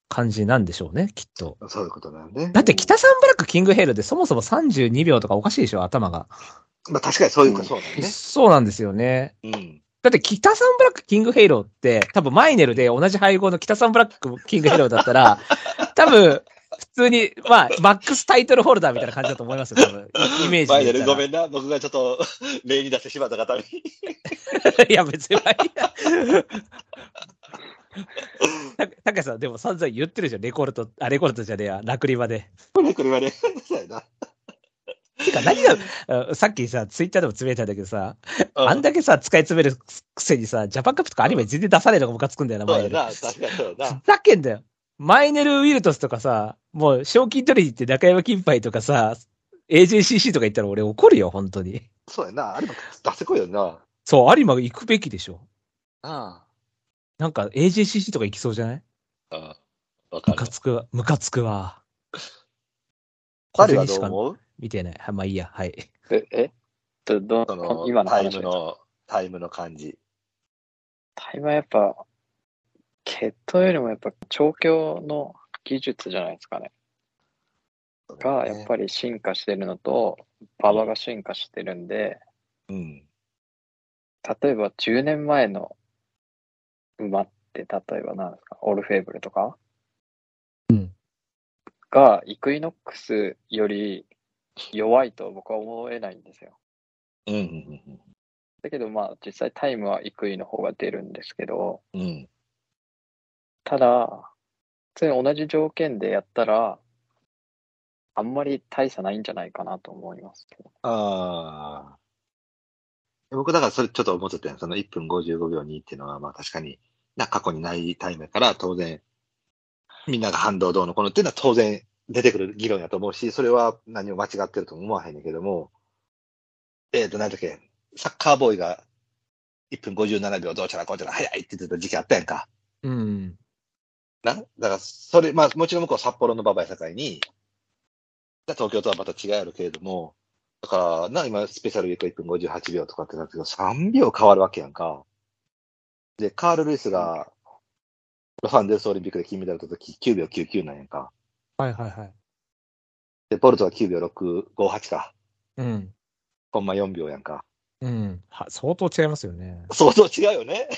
感じなんでしょうね、きっと。 そういうことなんね。 だって北サンブラックキングヘイローでそもそもさんじゅうにびょうとかおかしいでしょ、頭が。 まあ確かにそういうこと、そうなんね。 そうなんですよね。 うん。 だって北サンブラックキングヘイローって多分マイネルで同じ配合の北サンブラックキングヘイローだったら、多分普通に、まあ、マックスタイトルホルダーみたいな感じだと思いますよ、多分。イメージマイネル、 で言ったら。 ごめんな。僕がちょっと例に出してしまった方に。 いや、別に。たたかさん、でも散々言ってるじゃん、レコルト、あ、レコルトじゃねえや、ラクリバで。 これ、これはね、そうやな。 てか、何が、さっきさ、ツイッターでもつぶやいたんだけどさ、 うん、 あんだけさ、使い詰めるくせにさ、ジャパンカップとかアニメ全然出さないのがムカつくんだよな、マイネル。 そうやな、確かにそうやな。 ふざけんだよ。マイネル・ウィルトスとかさ、もう、賞金取りに行って中山金杯とかさ、エージェーシーシー とか言ったら俺怒るよ、本当に。 そうやな、あれも出してこいよな。 そう、有馬行くべきでしょ。 あなんか エージェーシーシー とか行きそうじゃない？ あ。ああ。わかムる。 カつくわ、ムカつくわ。 パリはどう思う？ 見てない。はまあいいや、はい。 え、えど、どその今のタイ話ムの、タイムの感じ。 タイムはやっぱ、決闘よりもやっぱ調教の技術じゃないですかね。が、やっぱり進化してるのと、馬場が進化してるんで、 うん。 例えばじゅうねんまえの馬って、例えば何ですか、オールフェーブルとかうん。 が、イクイノックスより弱いと僕は思えないんですよ。 うんうんうんだけどまあ実際タイムはイクイの方が出るんですけど、 うん。うん。 ただ、普通に同じ条件でやったら、あんまり大差ないんじゃないかなと思いますけど。 ああ。僕だからそれちょっと思ってたよ。そのいっぷんごじゅうごびょうにっていうのは、まあ確かにな、過去にないタイムやから、当然、みんなが反動どうのこのっていうのは当然出てくる議論やと思うし、それは何も間違ってるとも思わへんねんけども、えっ、ー、と、なんだっけ、サッカーボーイがいっぷんごじゅうななびょうどうちゃらこうちゃら早いって言ってた時期あったやんか。 うん。 なだから、それ、まあもちろん向こう札幌の馬場や境に、東京とはまた違いあるけれども、だから、な、今、スペシャルウィークいっぷんごじゅうはちびょうとかってなってけど、さんびょう変わるわけやんか。で、カール・ルイスが、ロサンゼルスオリンピックで金メダル取った時きゅうびょうきゅうきゅうなんやんか。 はいはいはい。 で、ボルトはきゅうびょうろくごはちか。 うん。 コンマよんびょうやんか。 うん。は相当違いますよね。 相当違うよね。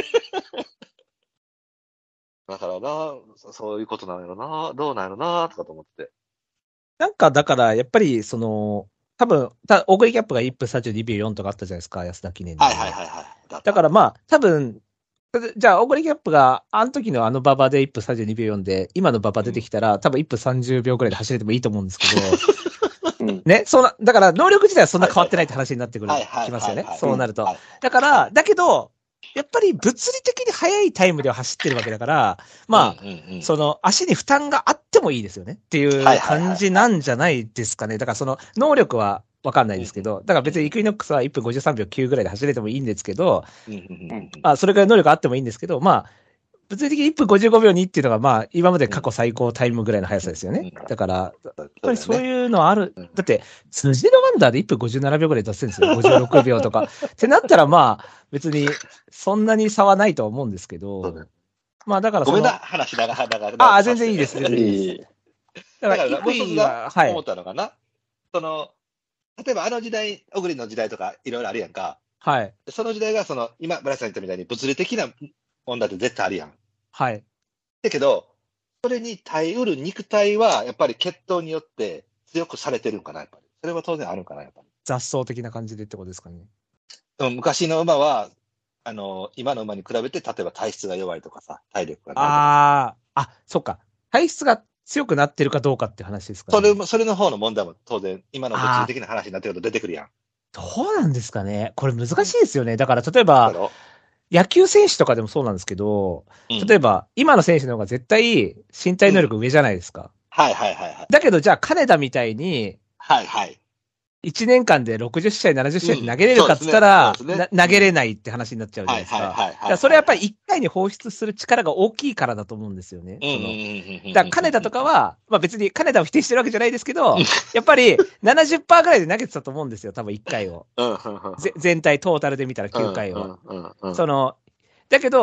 だからな、そういうことなんやろな、どうなんやろな、とかと思って。 なんか、だから、やっぱり、その、多分、たオーグリキャップがいっぷんさんじゅうにびょうよんとかあったじゃないですか、安田記念に。 はいはいはいはい。だ, だからまあ、多分、じゃあ、オーグリキャップが、あの時のあの馬場でいっぷんさんじゅうにびょうよんで、今の馬場出てきたら、うん、多分いっぷんさんじゅうびょうぐらいで走れてもいいと思うんですけど、うん、ね、そんな、だから能力自体はそんな変わってないって話になってくる、きますよね。そうなると。だから、だけど、やっぱり物理的に速いタイムでは走ってるわけだから、まあ、うんうんうん、その足に負担があってもいいですよねっていう感じなんじゃないですかね。だからその能力はわかんないですけど、だから別にイクイノックスはいっぷんごじゅうさんびょうきゅうぐらいで走れてもいいんですけど、うんうんうん、あ、それぐらい能力あってもいいんですけど、まあ、物理的にいっぷんごじゅうごびょうにっていうのがまあ、今まで過去最高タイムぐらいの速さですよね。だから、やっぱりそういうのある。だって、辻のワンダーでいっぷんごじゅうななびょうぐらい出せるんですよ。ごじゅうろくびょうとか。ってなったらまあ、別にそんなに差はないとは思うんですけど、まあだからその、ごめんな、 話長々長々。 ああ、全然いいです、全然いいです。 だから、だからもう一つが思ったのかな、はい、その、例えばあの時代、小栗の時代とかいろいろあるやんか。 はい。 その時代が、その、今、村瀬さん言ったみたいに物理的な問題って絶対あるやん。 はい。 だけど、それに耐えうる肉体は、やっぱり血統によって強くされてるんかな、やっぱり。それは当然あるんかな、やっぱり。 雑草的な感じでってことですかね。 昔の馬は、あの、今の馬に比べて、例えば体質が弱いとかさ、体力がないとか。 ああ、あ、そっか。体質が強くなってるかどうかって話ですかね。 それも、それの方の問題も当然、今の物理的な話になってくると出てくるやん。 どうなんですかね。これ難しいですよね。だから例えば、野球選手とかでもそうなんですけど、うん、例えば、今の選手の方が絶対身体能力上じゃないですか。うん、 はいはいはいはい。 だけど、じゃあ金田みたいに、 はいはい。 いちねんかんでろくじゅっしあい、ななじゅっしあいって投げれるかっつったら、うんねね、投げれないって話になっちゃうじゃないですか。それはやっぱりいっかいに放出する力が大きいからだと思うんですよね。そのだから金田とかは、まあ別に金田を否定してるわけじゃないですけど、やっぱり ななじゅっパーセント ぐらいで投げてたと思うんですよ、多分いっかいを。全体トータルで見たらきゅうかいを。その、だけど、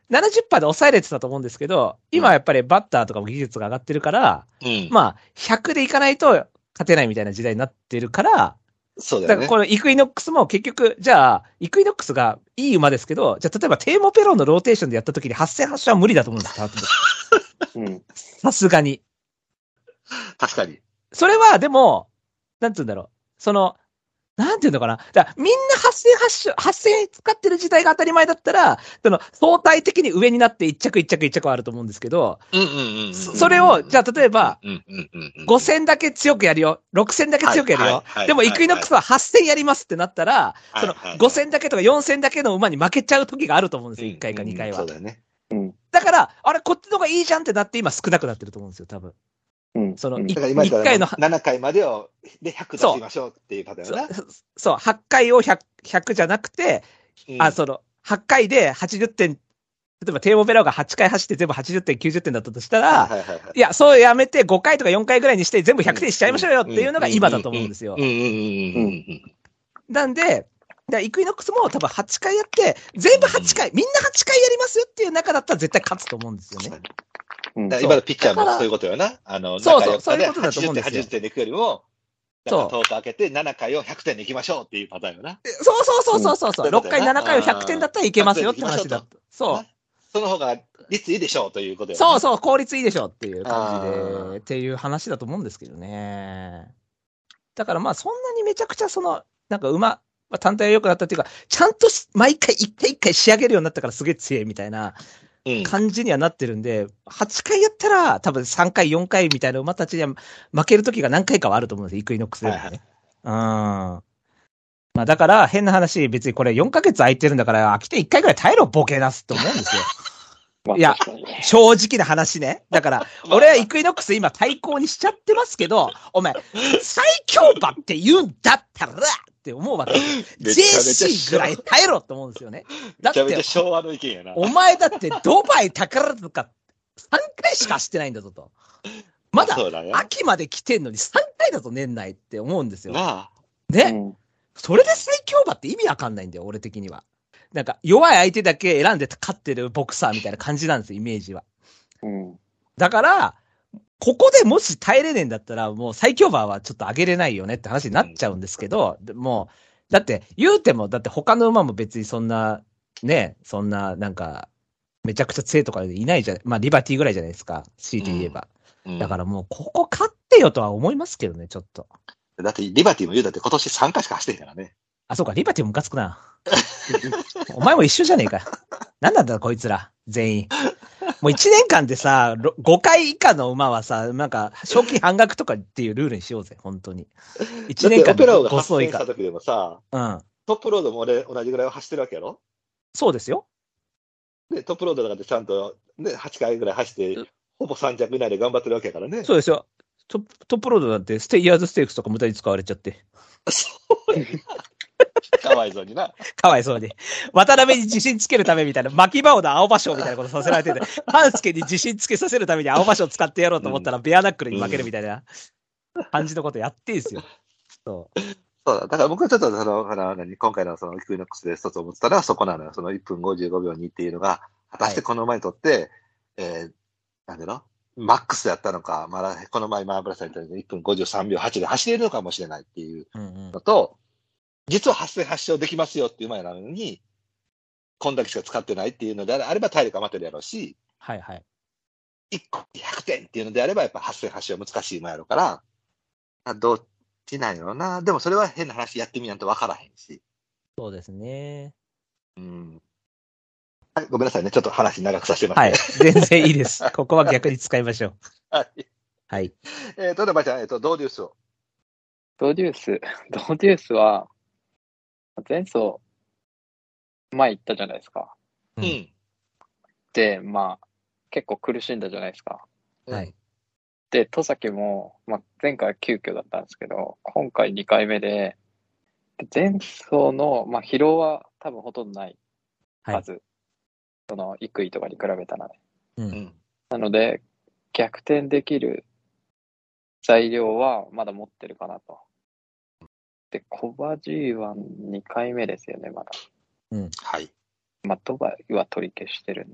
ななじゅっパーセント で抑えれてたと思うんですけど、今はやっぱりバッターとかも技術が上がってるから、 うん、 まあ、ひゃくでいかないと勝てないみたいな時代になってるから、 そうだよね。 だからこのイクイノックスも結局、じゃあ、イクイノックスがいい馬ですけど、じゃあ例えばテーモペロンのローテーションでやった時にはっせん発射は無理だと思うんですよ、 うん。 さすがに。 確かに。 それはでも、なんつうんだろう。その、なんていうのかな。だからみんなはっせん発射、はっせん使ってる時代が当たり前だったら、その相対的に上になっていっ着いっ着いっ着はあると思うんですけど、 うんうんうんうん。 そそれを、じゃあ例えば、 うんうんうんうん。 ごせんだけ強くやるよ。ろくせんだけ強くやるよ。 はいはいはいでも、イクイノックスははっせんやりますってなったら、そのはいはいはいごせんだけとかよんせんだけの馬に負けちゃう時があると思うんですよ。いっかいかにかいは。 そうだよね。 うん。 だから、あれ、こっちの方がいいじゃんってなって今少なくなってると思うんですよ、多分。 うん。 その、 うんいだから今から一回の、 ななかいまでを、で、ひゃく出しましょうっていうパターンだな。 そそう、はち回をひゃく、ひゃくじゃなくて、 うんあ、その、はち回ではちじゅってん、例えばテーモベラオがはち回走って全部はちじゅってん、きゅうじゅってんだったとしたら、 はいはいはいはいいや、そうやめてごかいとかよんかいぐらいにして全部ひゃくてんしちゃいましょうよっていうのが今だと思うんですようん。うんうんうんうんなんで、だイクイノックスも多分はちかいやって、全部はちかい、みんなはちかいやりますよっていう中だったら絶対勝つと思うんですよね。 うん。 だから今のピッチャーもそういうことよな。あの、 そうそう中よっかそういうことだと思うんですよはちじゅってんでいくよりも、 そうとおか開けてななかいをひゃくてんでいきましょうっていうパターンよな。 そうそうそうそうそうそう、 うんろっかい、ななかいをひゃくてんだったらいけますよって話だった。そなその方が率いいでしょうということう。 よな。 そうそう、効率いいでしょっていう感じあーで、っていう話だと思うんですけどね。だからまあそんなにめちゃくちゃその、なんか馬、まあ、単体が良くなったっていうか、ちゃんと毎回一回一回仕上げるようになったからすげえ強いみたいなうん感じにはなってるんで、はちかいやったら多分さんかい、よんかいみたいな馬たちには負ける時が何回かはあると思うんですよ、イクイノックスでもね。 はいはいうん。まあだから変な話、別にこれよんかげつ空いてるんだから飽きていっかいぐらい耐えろボケ出すと思うんですよ。 まあいや確かにね正直な話ね。だから、俺はイクイノックス今対抗にしちゃってますけど、お前、最強馬って言うんだったらって思うわけ。 めジェちゃめちゃシーぐらい耐えろって思うんですよね。だってめちゃめちゃ、昭和の意見やな。 お前だってドバイ宝塚さんかいしか走ってないんだぞと。まだそうだね秋まで来てんのにさんかいだぞ年内って思うんですよ。 なあ。 ね。 うん。 それで最強馬って意味わかんないんだよ、俺的には。なんか、弱い相手だけ選んで勝ってるボクサーみたいな感じなんですよ、イメージは。 うん。 だから、ここでもし耐えれねえんだったら、もう最強馬はちょっと上げれないよねって話になっちゃうんですけど、でもう、だって、言うても、だって他の馬も別にそんな、ね、そんな、なんか、めちゃくちゃ強いとかいないじゃない、まあ、リバティぐらいじゃないですか、強いて言えば。 うんだからもう、ここ勝ってよとは思いますけどね、ちょっと。 だって、リバティも言うだって今年さんかいしか走ってへんからね。 あ、そうか、リバティもムカつくな。お前も一緒じゃねえか。なんなんだ、こいつら、全員。もういちねんかんでさ、ろごかい以下の馬はさ、なんか、賞金半額とかっていうルールにしようぜ、本当に。いちねんかんでだってオペラ王がご走以下発戦した。時でもさ、 うん。 トップロードも俺同じぐらいは走ってるわけやろそうですよ。 で、トップロードだからちゃんと、ね、はちかいぐらい走って、ほぼさん着以内で頑張ってるわけやからね。 そうですよ。トップトップロードなんて、ステイヤーズステークスとか無駄に使われちゃって。 そうやなかわいそうにな。 かわいそうに。渡辺に自信つけるためみたいな、巻き場王の青葉賞みたいなことさせられてて、半助に自信つけさせるために青葉賞使ってやろうと思ったら、ベアナックルに負けるみたいな感じのことやってんすよ。そう。 そうだ。だから僕はちょっとその、あの何今回のそのイクイノックスで一つ思ってたのはそこなのよ。そのいっぷんごじゅうごびょうにっていうのが、果たしてこの馬にとって、えー、なんだろうマックスだったのか、まだこの前マーブラさん言ったようにいっぷんごじゅうさんびょうはちで走れるのかもしれないっていううんうんのと、実は発戦発勝できますよっていう馬なのに、こんだけしか使ってないっていうのであれば体力余ってるやろうし、 はいはい。 いっこひゃくてんっていうのであればやっぱ発戦発勝難しい馬やろうから、あどっちなんやろうな。でもそれは変な話やってみないと分からへんし。 そうですね。 うんはい、ごめんなさいね。ちょっと話長くさせてますね。 はい。全然いいです。ここは逆に使いましょう。 はい。 はい。 えー、と、でばちゃん、えっ、と、ドーデュースを。 ドデュース、ドデュースは、前走、前行ったじゃないですか。 うんうん。 で、まあ、結構苦しんだじゃないですか。 はい。 で、戸崎も、まあ、前回は急遽だったんですけど、今回にかいめで、で前走の、まあ、疲労は多分ほとんどないはず。その、イクイとかに比べたらね。 う。 うんん。 なので、逆転できる材料はまだ持ってるかなと。で、コバ ジーワンにかいめですよね、まだ。 うん。 はい。 まあ、ドバイは取り消してるんで。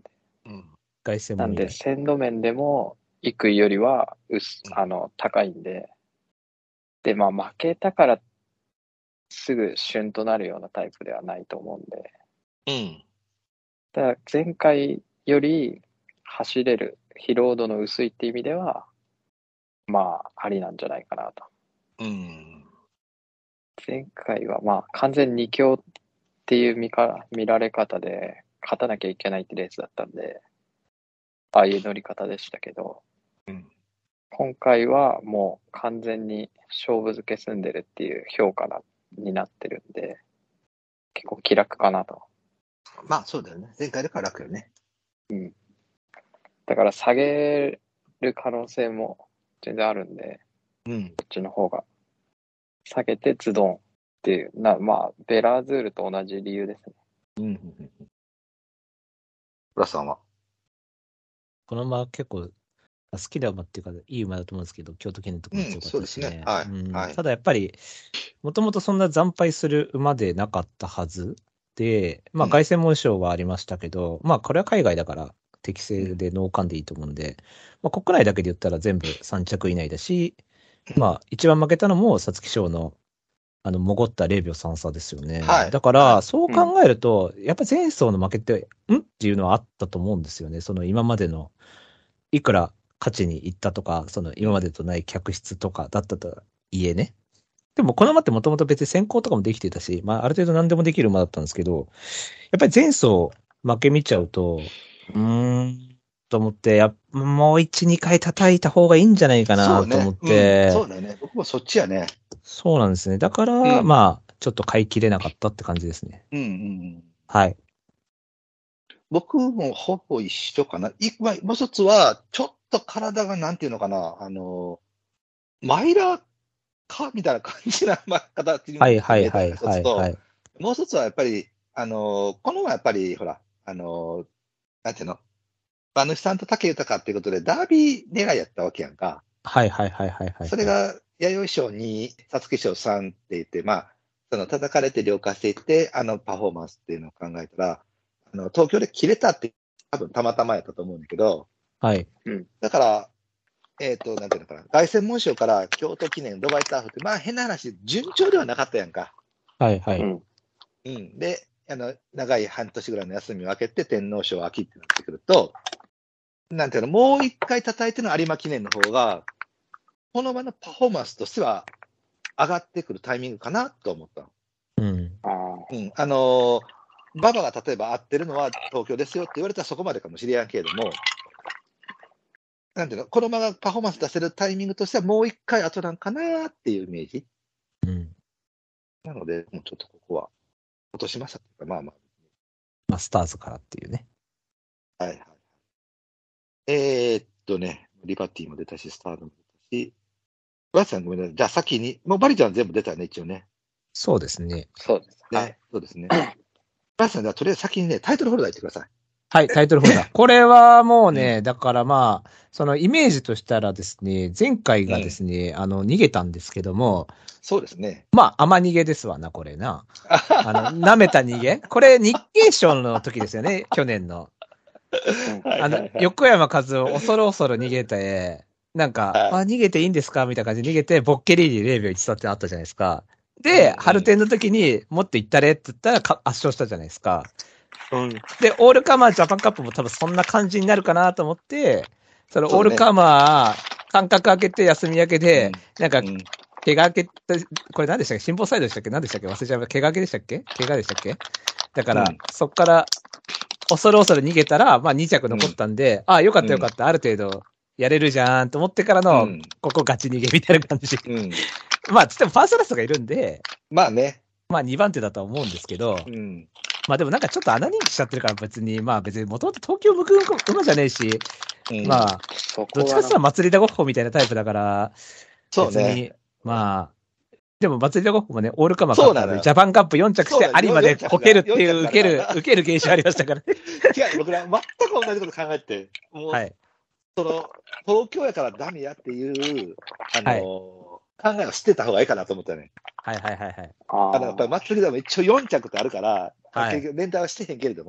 うん。 凱旋なんで、 門以外。 鮮度面でも、イクイよりは薄、あの、高いんで、で、まあ、負けたからすぐ旬となるようなタイプではないと思うんで、 うん。 だから前回より走れる疲労度の薄いって意味では、まあ、ありなんじゃないかなと。 うん。 前回はまあ、完全にに強っていう見か見られ方で、勝たなきゃいけないってレースだったんで、ああいう乗り方でしたけど、 うん今回はもう完全に勝負付け済んでるっていう評価なになってるんで、結構気楽かなと。 まあそうだよね。前回だから楽よね。 だから下げる可能性も全然あるんで、 うん。 こっちの方が。下げてズドンっていう、なまあ、ベラーズールと同じ理由ですね。 うんうんうんうん。浦さんは。 この馬結構好きな馬っていうか、いい馬だと思うんですけど、京都記念とかも強かったしね。 うんそうですねはいうんはいただやっぱり、もともとそんな惨敗する馬でなかったはずで、まあ、 うん凱旋門賞はありましたけど、まあ、これは海外だから適正でノーカンでいいと思うんで、まあ、国内だけで言ったら全部さん着以内だし、まあ、一番負けたのも皐月賞の、あの、もごったれいびょうさん差ですよね。 はいだから、 はいそう考えると、やっぱ前走の負けって、んっていうのはあったと思うんですよね。その今までの、いくら勝ちに行ったとか、その今までとない客室とかだったとはいえね。でも、この馬ってもともと別に先行とかもできてたし、まあ、ある程度何でもできる馬だったんですけど、やっぱり前走負け見ちゃうと、うーん、と思って、やっぱもういち、にかい叩いた方がいいんじゃないかそうなと思っね。うん。そて、 うだね。僕もそっちやね。 そうなんですね。だから、 うんまあ、ちょっと買い切れなかったって感じですね。 うんうんうん。 はい。 僕もほぼ一緒かな。いまあもう一つは、ちょっと体がなんていうのかな、あの、マイラーかみたいな感じな、まあ、形にはいはい見えたのがはい一つと、 はいはい。 もう一つはやっぱり、あの、このはやっぱり、ほら、あの、なんていうの、馬主さんと武豊っていうことで、ダービー狙いやったわけやんか。 はいはいはいはいはい。 それが、弥生賞に、皐月賞さんって言って、まあ、その叩かれて量化していって、あのパフォーマンスっていうのを考えたら、あの東京で切れたって多分たまたまやったと思うんだけど、 はい。 だから、えっ、と、なんていうのかな、凱旋門賞から京都記念、ドバイターフって、まあ変な話、順調ではなかったやんか。 はいはい。 うん。 うん。で、あの、長い半年ぐらいの休みを分けて天皇賞秋ってなってくると、なんていうの、もう一回叩いての有馬記念の方が、この馬のパフォーマンスとしては上がってくるタイミングかなと思ったの。 うん。 あうん。あのー馬場が例えば合ってるのは東京ですよって言われたらそこまでかもしれんけれども、なんていうの、この馬がパフォーマンス出せるタイミングとしてはもう一回後なんかなっていうイメージ。 うん。 なので、もうちょっとここは落としましたっていうか、まあまマスターズからっていうね。 あ。はいはい。えー、っとね、リバティも出たし、スタードも出たし、バリさんごめんなさい。じゃあ先に、もうバリちゃん全部出たよね、一応ね。 そうですね。 そうです。 ね、 はい。 そうですね。バリさん、じゃあとりあえず先にね、タイトルホルダー言ってください。 はい、タイトルホルダー。これはもうね、だからまあ、そのイメージとしたらですね、前回がですね、あの、逃げたんですけども、 そうですね。 まあ、甘逃げですわな、これな。あの、舐めた逃げこれ、日経賞の時ですよね、去年の。あの、横山和夫、恐る恐る逃げて、なんか、 はいあ、逃げていいんですかみたいな感じで逃げて、ボッケリーにれいびょういち差ってあったじゃないですか。 うんで、 うん春天の時にもっと行ったれって言ったらか圧勝したじゃないですか。 うん。 で、オールカマージャパンカップも多分そんな感じになるかなと思って、そのオールカマー、間隔空けて休み明けで、なんか、 うん怪我明けた、これ何でしたっけ心房サイドでしたっけ何でしたっけ忘れちゃいました。怪我明けでしたっけ怪我でしたっけだから、 うんそっから、恐る恐る逃げたら、まあに着残ったんで、ああ、よかったよかった、ある程度やれるじゃんと思ってからの、 うんここガチ逃げみたいな感じ。 うん。 まあ、つってもファーストラストがいるんで、 まあね。 まあにばん手だとは思うんですけど、 うん。 まあでもなんかちょっと穴人気しちゃってるから別に、まあ別にもともと東京向く馬じゃねえし、 うんまあ、 そこどっちかっていうと祭りだごっこみたいなタイプだから、 そうね。 別に、まあ、でも祭りだごっこもね、オールカマーそうなのよ勝ったんで、ジャパンカップよん着して、 そうなのよ有馬でこけるっていう、 よん着受けるだか、ら受ける現象ありましたからね。 違う、僕ら全く同じこと考えて、もう、 はい。 その、東京やからダメやっていう、あのー考えを知ってた方がいいかなと思ったね。 はいはいはいはい。 ああの、やっぱり祭りでも一応よん着ってあるから、 はい結局連帯はしてへんけれどもな。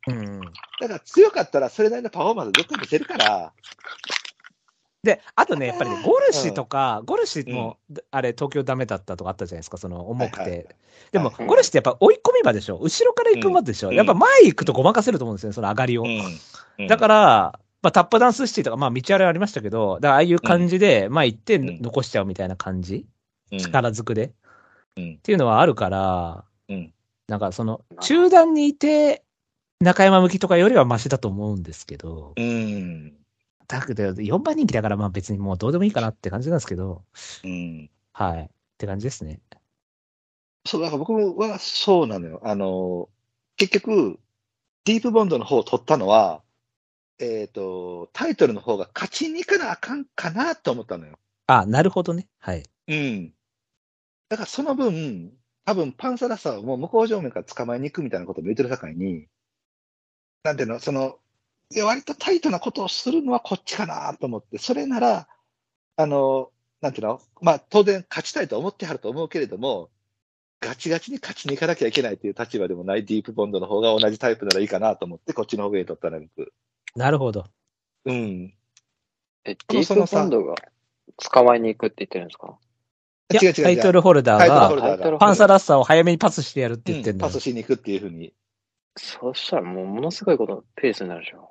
うん。 だから強かったらそれなりのパフォーマンスどっか見せるから。 で、あとね、やっぱりね、ゴルシとか、 うん、 ゴルシも、あれ、東京ダメだったとかあったじゃないですか、その、重くて。 はいはいはい、 でも、 はい、 ゴルシってやっぱ追い込み場でしょ、後ろから行く場でしょ、 うん、 やっぱ前行くとごまかせると思うんですよね、その上がりを。 うんうん、 だから、まあ、タップダンスシティとか、まあ、道あれありましたけど、だからああいう感じで、前行って残しちゃうみたいな感じ、うん、力ずくで、うん。っていうのはあるから、うん、なんかその、中段にいて、中山向きとかよりはマシだと思うんですけど、うん。だけど、よんばん人気だから、まあ別にもうどうでもいいかなって感じなんですけど、うん。はい。って感じですね。 そう、だから僕はそうなのよ。あの、結局、ディープボンドの方を取ったのは、えっ、ー、と、タイトルの方が勝ちに行かなあかんかなと思ったのよ。 あ、なるほどね。はい。 うん。だからその分、多分パンサラッサはもう向こう上面から捕まえに行くみたいなことも言ってる境に、なんていうの、その、割とタイトなことをするのはこっちかなと思って、それなら、あの、なんていうの、まあ当然勝ちたいと思ってはると思うけれども、ガチガチに勝ちに行かなきゃいけないという立場でもないディープボンドの方が同じタイプならいいかなと思って、こっちの方に取ったら僕。 なるほど。 うん。 え、ディープボンドが捕まえに行くって言ってるんですか？ いや、違う違う違うタイトルホルダーが、パンサラッサを早めにパスしてやるって言ってるんだ、 うん、パスしに行くっていうふうに。 そうしたらもうものすごいことペースになるでしょ。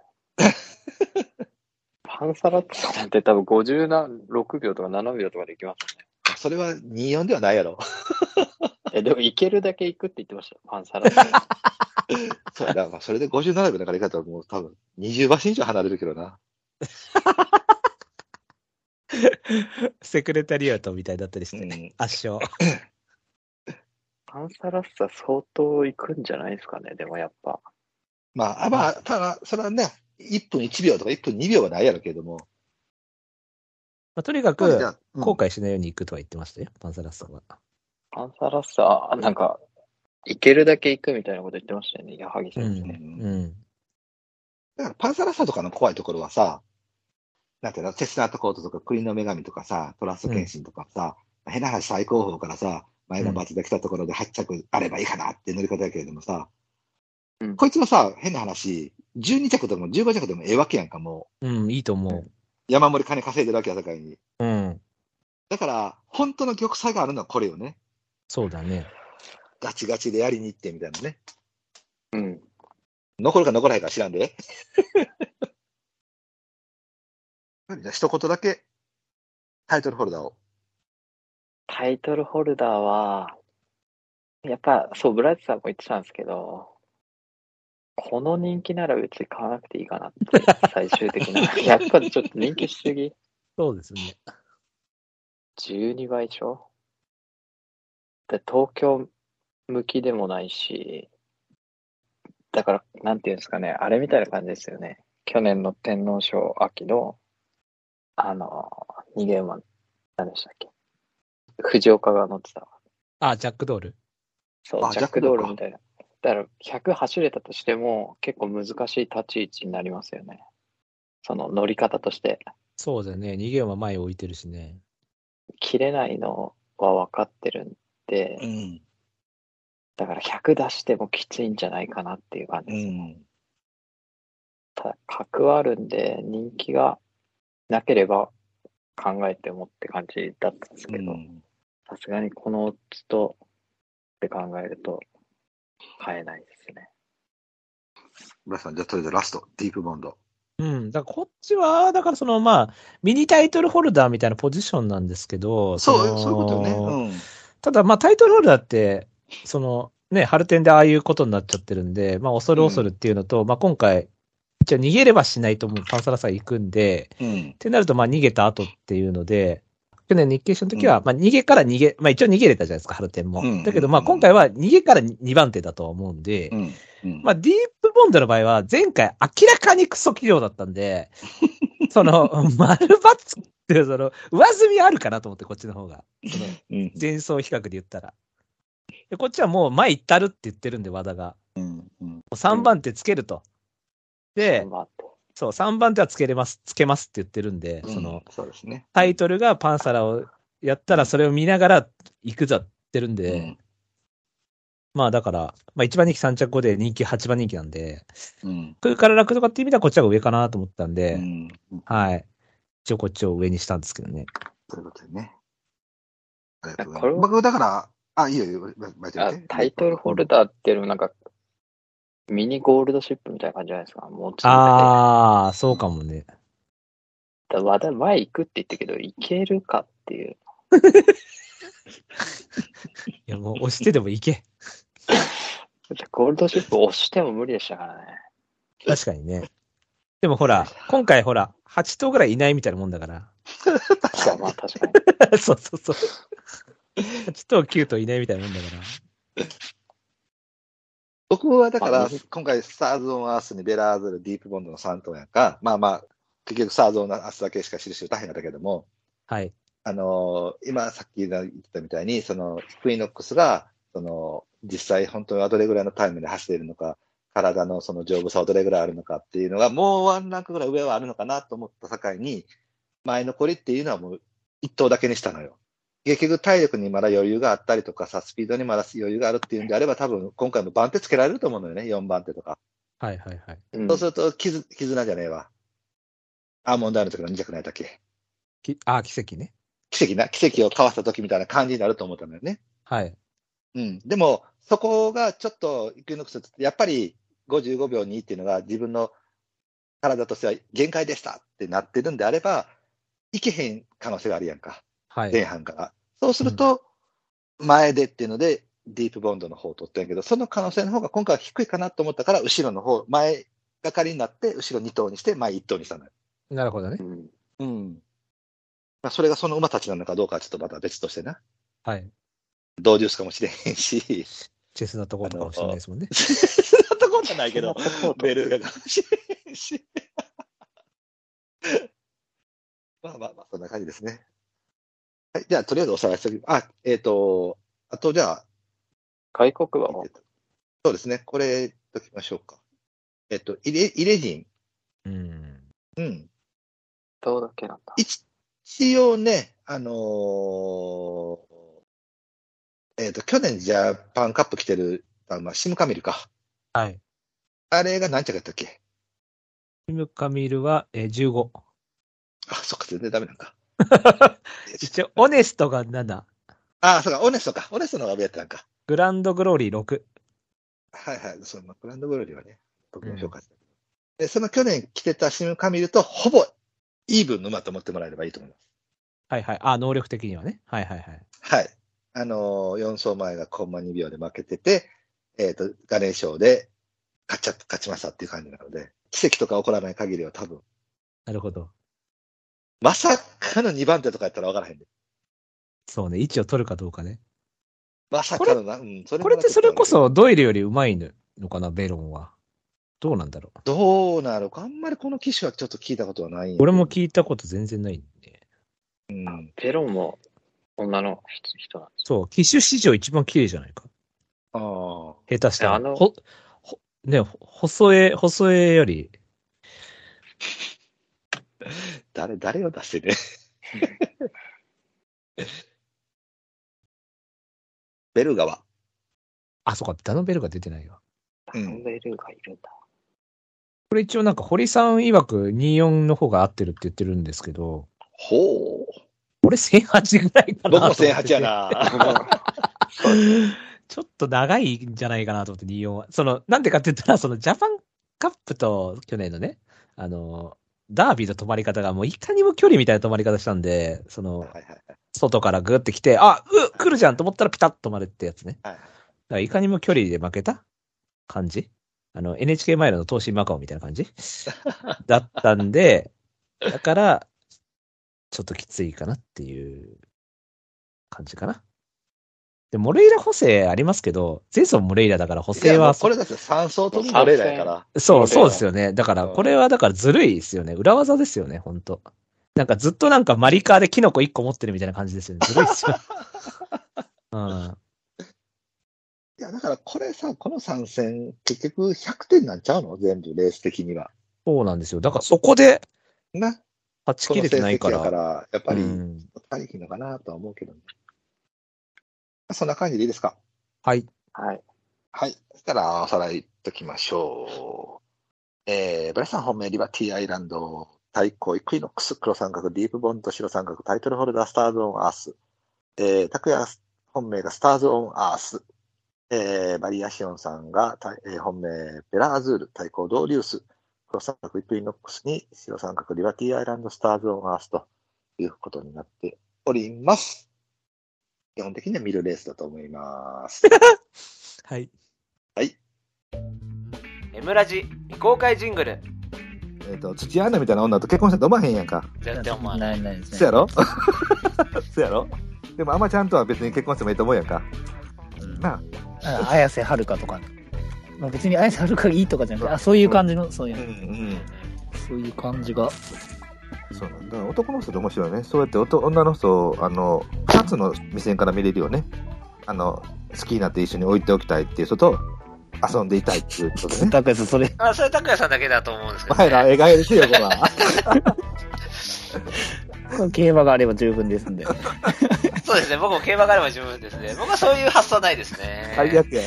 パンサラッサなんて多分ごじゅうろくびょうとかななびょうとかで行きますよね。 それはにじゅうよんではないやろ。 え、でも行けるだけ行くって言ってましたよ、パンサラッサ。 そうだ、まあそれでごじゅうななびょうだから行かったらもう多分にじゅうばし以上離れるけどな。 セクレタリアートみたいだったりして、うん、圧勝。 パンサラッサ相当行くんじゃないですかね、でもやっぱ。 まあ、まあ、ただ、それはね、いっぷんいちびょうとかいっぷんにびょうはないやろけれども。 まあ、とにかく、後悔しないように行くとは言ってましたよ、パンサラッサは。 パンサラッサ、なんか、行けるだけ行くみたいなこと言ってましたよね、矢作先生。うん。うん、 だからパンサラッサとかの怖いところはさ、なんていうの、チェスナートコートとか、国の女神とかさ、トラスト検診とかさ、うん、変な話最高峰からさ、前のバツで来たところではっ着あればいいかなって乗り方だけれどもさ、うん、こいつはさ、変な話、じゅうに着でもじゅうご着でもええわけやんか、もう。うん、いいと思う。 山盛り金稼いでるわけや、境に。 うん。 だから、本当の玉砕があるのはこれよね。 そうだね。 ガチガチでやりに行ってみたいなね。 うん。 残るか残らないか知らんで。一言だけ、タイトルホルダーを。 タイトルホルダーは、やっぱ、そう、ブライトさんも言ってたんですけど、この人気なら別に買わなくていいかなって、最終的な。やっぱりちょっと人気しすぎ。 そうですね。 じゅうにばいでしょ？で、東京向きでもないし、だから、なんていうんですかね、あれみたいな感じですよね。去年の天皇賞秋の、あの、逃げ馬、何でしたっけ？藤岡が乗ってた。 あ、ジャックドール。 そう、ジャックドールみたいな。だから、ひゃく走れたとしても、結構難しい立ち位置になりますよね。その乗り方として。 そうだね。逃げ馬前置いてるしね。 切れないのは分かってるんで、うん、だからひゃく出してもきついんじゃないかなっていう感じですね。うん、ただ、格はあるんで、人気がなければ考えてもって感じだったんですけど、さすがにこのオッズとって考えると、買えないですね。 村さん、じゃあとりあえずラスト、ディープボンド。 うん。だからこっちは、だからそのまあ、ミニタイトルホルダーみたいなポジションなんですけど、 そう、そういうことよね。うん。 ただまあタイトルホルダーって、そのね、ハルテンでああいうことになっちゃってるんで、まあ恐る恐るっていうのと、うん、まあ今回、一応逃げればしないともうパンサラさん行くんで、うん、ってなるとまあ逃げた後っていうので、去年日経賞の時は、まあ逃げから逃げ、まあ一応逃げれたじゃないですか、ハルテンも。だけどまあ今回は逃げからにばん手だとは思うんで、うんうん、まあディープボンドの場合は前回明らかにクソ企業だったんで、その、丸バツっていうその、上積みあるかなと思ってこっちの方が。その、前走比較で言ったら。でこっちはもう前行ったるって言ってるんで、和田が。うんうん、さんばん手つけると。で、そう、さんばん手はつけれます、つけますって言ってるんで、うん、その、 そうですね。 タイトルがパンサラをやったらそれを見ながら行くぞって言ってるんで、うん、 まあだから、まあいちばん人気さん着後で人気はちばん人気なんで、 うん。 空から楽とかっていう意味ではこっちが上かなと思ったんで、 うん。 はい。一応こっちを上にしたんですけどね。 そういうことでね。ありがとうござこれいます。僕、だから、あ、いいよ、いいよ、まあタイトルホルダーっていうのもなんか、ミニゴールドシップみたいな感じじゃないですか。もうついてて。 ああ、そうかもね。 だ和田前行くって言ったけど、行けるかっていう。 いやもう押してでもいけ。 ゴールドシップ押しても無理でしたからね。 確かにね。でもほら、今回ほら、はち頭ぐらいいないみたいなもんだから。 確かに、まあ確かに。 そうそうそう。はち頭きゅう頭いないみたいなもんだから。 僕はだから、今回、スターズ・オン・アースにベラーズル、ディープボンドのさん頭やんか。まあまあ、結局、スターズ・オン・アースだけしか印を打たへんかったけども、 はい。 あのー今、さっき言ったみたいに、その、イクイノックスが、その、実際本当はどれぐらいのタイムで走れるのか、体のその丈夫さはどれぐらいあるのかっていうのが、もうワンランクぐらい上はあるのかなと思った境に、前残りっていうのはもう一頭だけにしたのよ。結局体力にまだ余裕があったりとかさ、スピードにまだ余裕があるっていうんであれば、多分今回も番手つけられると思うのよね、よんばん手とか。 はいはいはい。 うんそうすると、絆、絆じゃねえわ。アーモンドアイの時のに着何やったっけ。 きあ、奇跡ね。 奇跡な、奇跡を交わした時みたいな感じになると思ったのよね。 はい。 うん。でも、そこがちょっと、イクイノックスって、やっぱりごじゅうごびょうにっていうのが自分の体としては限界でしたってなってるんであれば、いけへん可能性があるやんか。 はい。 前半から。そうすると、前でっていうので、ディープボンドの方を取ったんやけど、その可能性の方が今回は低いかなと思ったから、後ろの方、前がかりになって、後ろに頭にして、前いっ頭にしたのよ。 なるほどねう。ん。 うん。まあ、それがその馬たちなのかどうかはちょっとまた別としてな。 はい。 ドーデュースかもしれへんし、 チェスなところとかもしれないですもんね。 そんなとこじゃないけど、ベルガかもしれへんし。まあまあまあ、そんな感じですね。はい、じゃあ、とりあえずおさらいしておきます。あ、えっ、と、あとじゃあ、 外国はそうですね、これ、ときましょうか。えっ、と、イレ、イレジン。 うん。 うん。 どうだけなんだ。 一応ね、あのーえっ、と、去年ジャパンカップ来てる、あまあ、シムカミルか。 はい。 あれが何着やったっけ。 シムカミルは、えー、じゅうご。 あ、そっか、全然ダメなんか。 一応、オネストがなな。 あ、そうか、オネストか。オネストの方が上やったんか。 グランドグローリーろく。 はいはい。そのグランドグローリーはね、僕も評価して、うん、で、その去年来てたシムカミルとほぼイーブンの馬と思ってもらえればいいと思います。 はいはい。あ、能力的にはね。はいはいはい。 はい。あのー、よん走前がコンマにびょうで負けてて、えっ、ー、と、ガレー賞で勝っちゃ、勝ちましたっていう感じなので、奇跡とか起こらない限りは多分。 なるほど。 まさかのにばん手とかやったら分からへんで。 そうね。位置を取るかどうかね。 まさかのな、うん、それこれってそれこそドイルより上手いのかな、ベロンは。どうなんだろう。 どうなるか。あんまりこの機種はちょっと聞いたことはないんやけど。 俺も聞いたこと全然ないんで。 うん。 ベロンも女の人なんです。 そう、機種史上一番綺麗じゃないか。 ああ。 下手したら。 あのほ、ほ、ね、細江、細江より。 誰、誰を出してね。ベルガは。 あ、そうか、ダノベルが出てないわ。 ダノベルがいるんだ。 これ一応なんか堀さん曰くにじゅうよんの方が合ってるって言ってるんですけど。 ほう。 俺せんはちぐらいかな。 僕もせんはちやな。 ちょっと長いんじゃないかなと思ってにじゅうよんは。その、なんでかって言ったら、そのジャパンカップと去年のね、あの、ダービーの止まり方がもういかにも距離みたいな止まり方したんで、その、はいはいはい、外からグーって来て、あ、う、来るじゃんと思ったらピタッと止まるってやつね。はい、だからいかにも距離で負けた感じ。あの、エヌエイチケー マイルの東進マカオみたいな感じだったんで、だから、ちょっときついかなっていう感じかな。で、モレイラ補正ありますけど、前走モレイラだから補正は。 これだってさん走ともモレイラやから。 そう、そうですよね。だから、これはだからずるいですよね。裏技ですよね、ほんと。なんかずっとなんかマリカーでキノコいっこ持ってるみたいな感じですよね。ずるいっすよ。うん。 いや、だからこれさ、この参戦、結局ひゃくてんなんちゃうの全部レース的には。 そうなんですよ。だからそこで、 な。 勝ち切れてないから。 この成績やから、やっぱり、足りひんのかなとは思うけどね。そんな感じでいいですか？ はい。 はい。 はい。そしたら、おさらいときましょう。えー、ブラスさん本命、リバティアイランド、対抗、イクイノックス、黒三角、ディープボンド、白三角、タイトルホルダー、スターズオンアース。えー、拓也本命がスターズオンアース。えー、バリアシオンさんが、えー、本命、ベラアズール、対抗、ドーリュース。黒三角、イクイノックスに、白三角、リバティアイランド、スターズオンアースということになっております。基本的には見るレースだと思います。 はい。 はい。 エムラジ未公開ジングル。 えっ、ー、と、土屋アンナみたいな女と結婚したら飲まへんやんか。 絶対思わない。ないですね。 そやろそやろでもあんまちゃんとは別に結婚してもいいと思うやんか。うん、なあ。綾瀬はるかとか、まあ、別に綾瀬はるかがいいとかじゃなくて、あ、そういう感じの、そういう、うんうん、そういう感じが。 そうなんだ。男の人って面白いね。そうやって女の人を、あの、二つの目線から見れるよね。あの、好きになって一緒に置いておきたいっていう人と、遊んでいたいっていうことね。 拓也さん、それ。 あ、それ拓也さんだけだと思うんですけど、ね。 前ら描いてよ、こら。競馬があれば十分ですんで。 そうですね。僕も競馬があれば十分ですね。僕はそういう発想ないですね。 最悪や。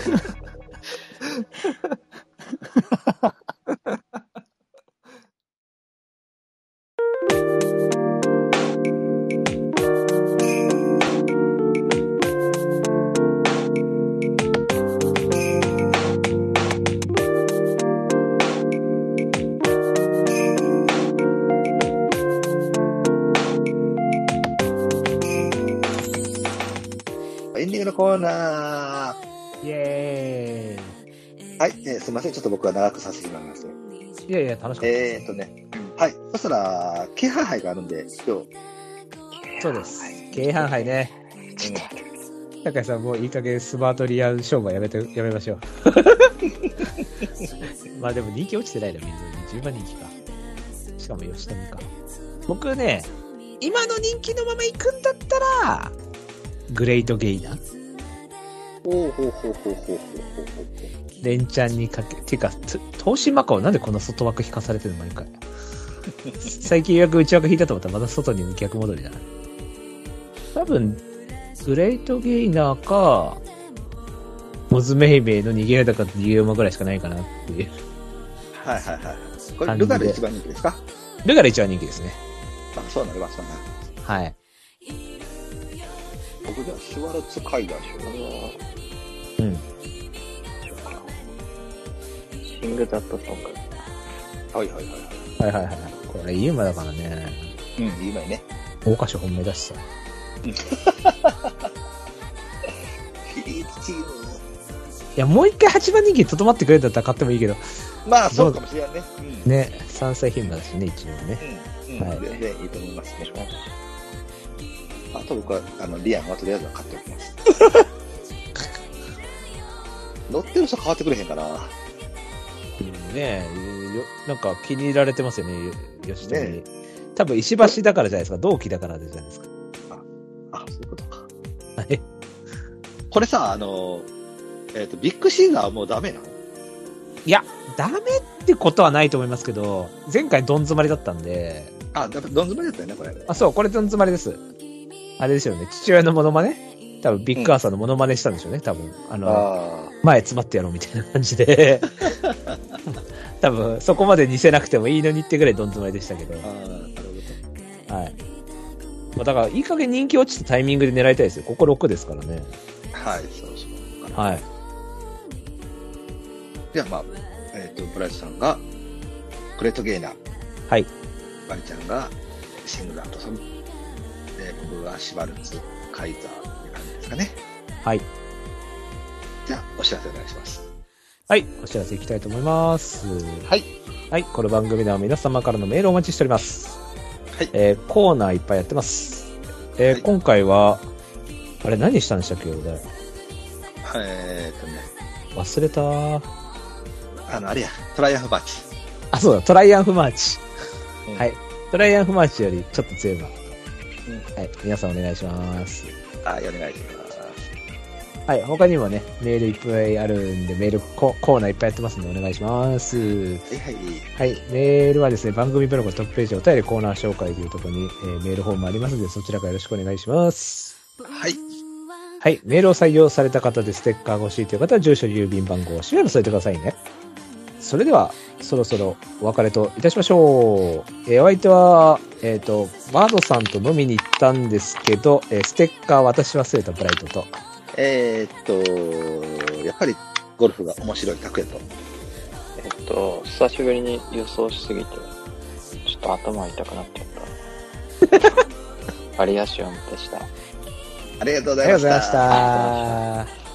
エンディングのコーナー。イエーイ。はい、えー、すみません。ちょっと僕は長くさせてもらいます。 いやいや、楽しかったです。えーっとね、はい。そしたら、京阪杯があるんで、今日。 そうです。京阪杯ね。うん。高橋さん、もういい加減スマートリアル勝負はやめて、やめましょう。まあでも人気落ちてないの、みんなに。じゅうばん人気か。しかも吉富か。僕ね、今の人気のまま行くんだったら、グレートゲイナー。 ほうほうほうほうほうほうほう。 連チャンにかけ、ていうか、東進マカオなんでこんな外枠引かされてるの毎回。最近予約内枠引いたと思ったらまた外に逆戻りだな。多分、グレートゲイナーか、モズメイメイの逃げ高と逃げ馬ぐらいしかないかなっていう。 はいはいはい。これ、ルガル一番人気ですか？ ルガル一番人気ですね。 あ、そうなりますかね。 はい。 僕ではシュワルツカイダーでしょうな。うん。 シングザットソング。 はいはいはいはい。はいはいはい。これいい馬だからね。 うん、いい馬ね。 大歌手本命だしさ。 フィリーズチーム。 いや、もう一回はちばん人気にとどまってくれるんだったら買ってもいいけど。 まあ、そうかもしれないね。 うん、ね、さんさい牝馬だしね、一応ね。 うん。うん、はい。全然いいと思いますね。あと僕は、あの、リアンはとりあえずは買っておきます。乗ってる人変わってくれへんかな。 うんねえ、なんか気に入られてますよね、吉田に。ね、多分石橋だからじゃないですか、同期だからじゃないですか。 あ、あ、そういうことか。 はい。 これさ、あの、えっと、ビッグシーザーはもうダメなの？ いや、ダメってことはないと思いますけど、前回どん詰まりだったんで。 あ、だどん詰まりだったよね、これ。 あ、そう、これどん詰まりです。あれですよね、父親のモノマネ？多分ビッグアーサーのモノマネしたんでしょうね、多分。あの、あ前詰まってやろうみたいな感じで。多分、そこまで似せなくてもいいのにってぐらいどん詰まりでしたけど。ああ、なるほど。はい。まあ、だから、いい加減人気落ちたタイミングで狙いたいですよ。こころくですからね。 はい、そうそう。 はい。 じゃあ、まあ、えっ、ー、と、ブライトさんが、グレートゲイナー。 はい。 バリちゃんが、シングラートソン。で、僕がシュバルツ、カイザーって感じですかね。 はい。 じゃあ、お知らせお願いします。 はい、お知らせいきたいと思います。 はい。 はい、この番組では皆様からのメールをお待ちしております。 はい。 えー、コーナーいっぱいやってます。えーはい、今回は、あれ何したんでしたっけ、俺。 えーっとね。 忘れたー。 あの、あれや、トライアンフマーチ。 あ、そうだ、トライアンフマーチ。うん、はい。トライアンフマーチよりちょっと強い馬。うん、はい。皆さんお願いします。 はい、お願いします。 はい。他にもね、メールいっぱいあるんで、メールコ、コーナーいっぱいやってますんで、お願いします。はいはい。 はい。メールはですね、番組ブログトップページお便りコーナー紹介というところに、えー、メールフォームありますので、そちらからよろしくお願いします。 はい。 ははい。メールを採用された方でステッカーが欲しいという方は、住所、郵便番号、氏名を添えてくださいね。それでは、そろそろお別れといたしましょう。えー、お相手は、えっ、ー、と、バードさんと飲みに行ったんですけど、えー、ステッカー渡し忘れたブライトと。 えー、っと、やっぱりゴルフが面白い拓也と。 えっと、久しぶりに予想しすぎて、ちょっと頭痛くなっちゃった。バリアシオンでした。 ありがとうございました。 ありがとうございました。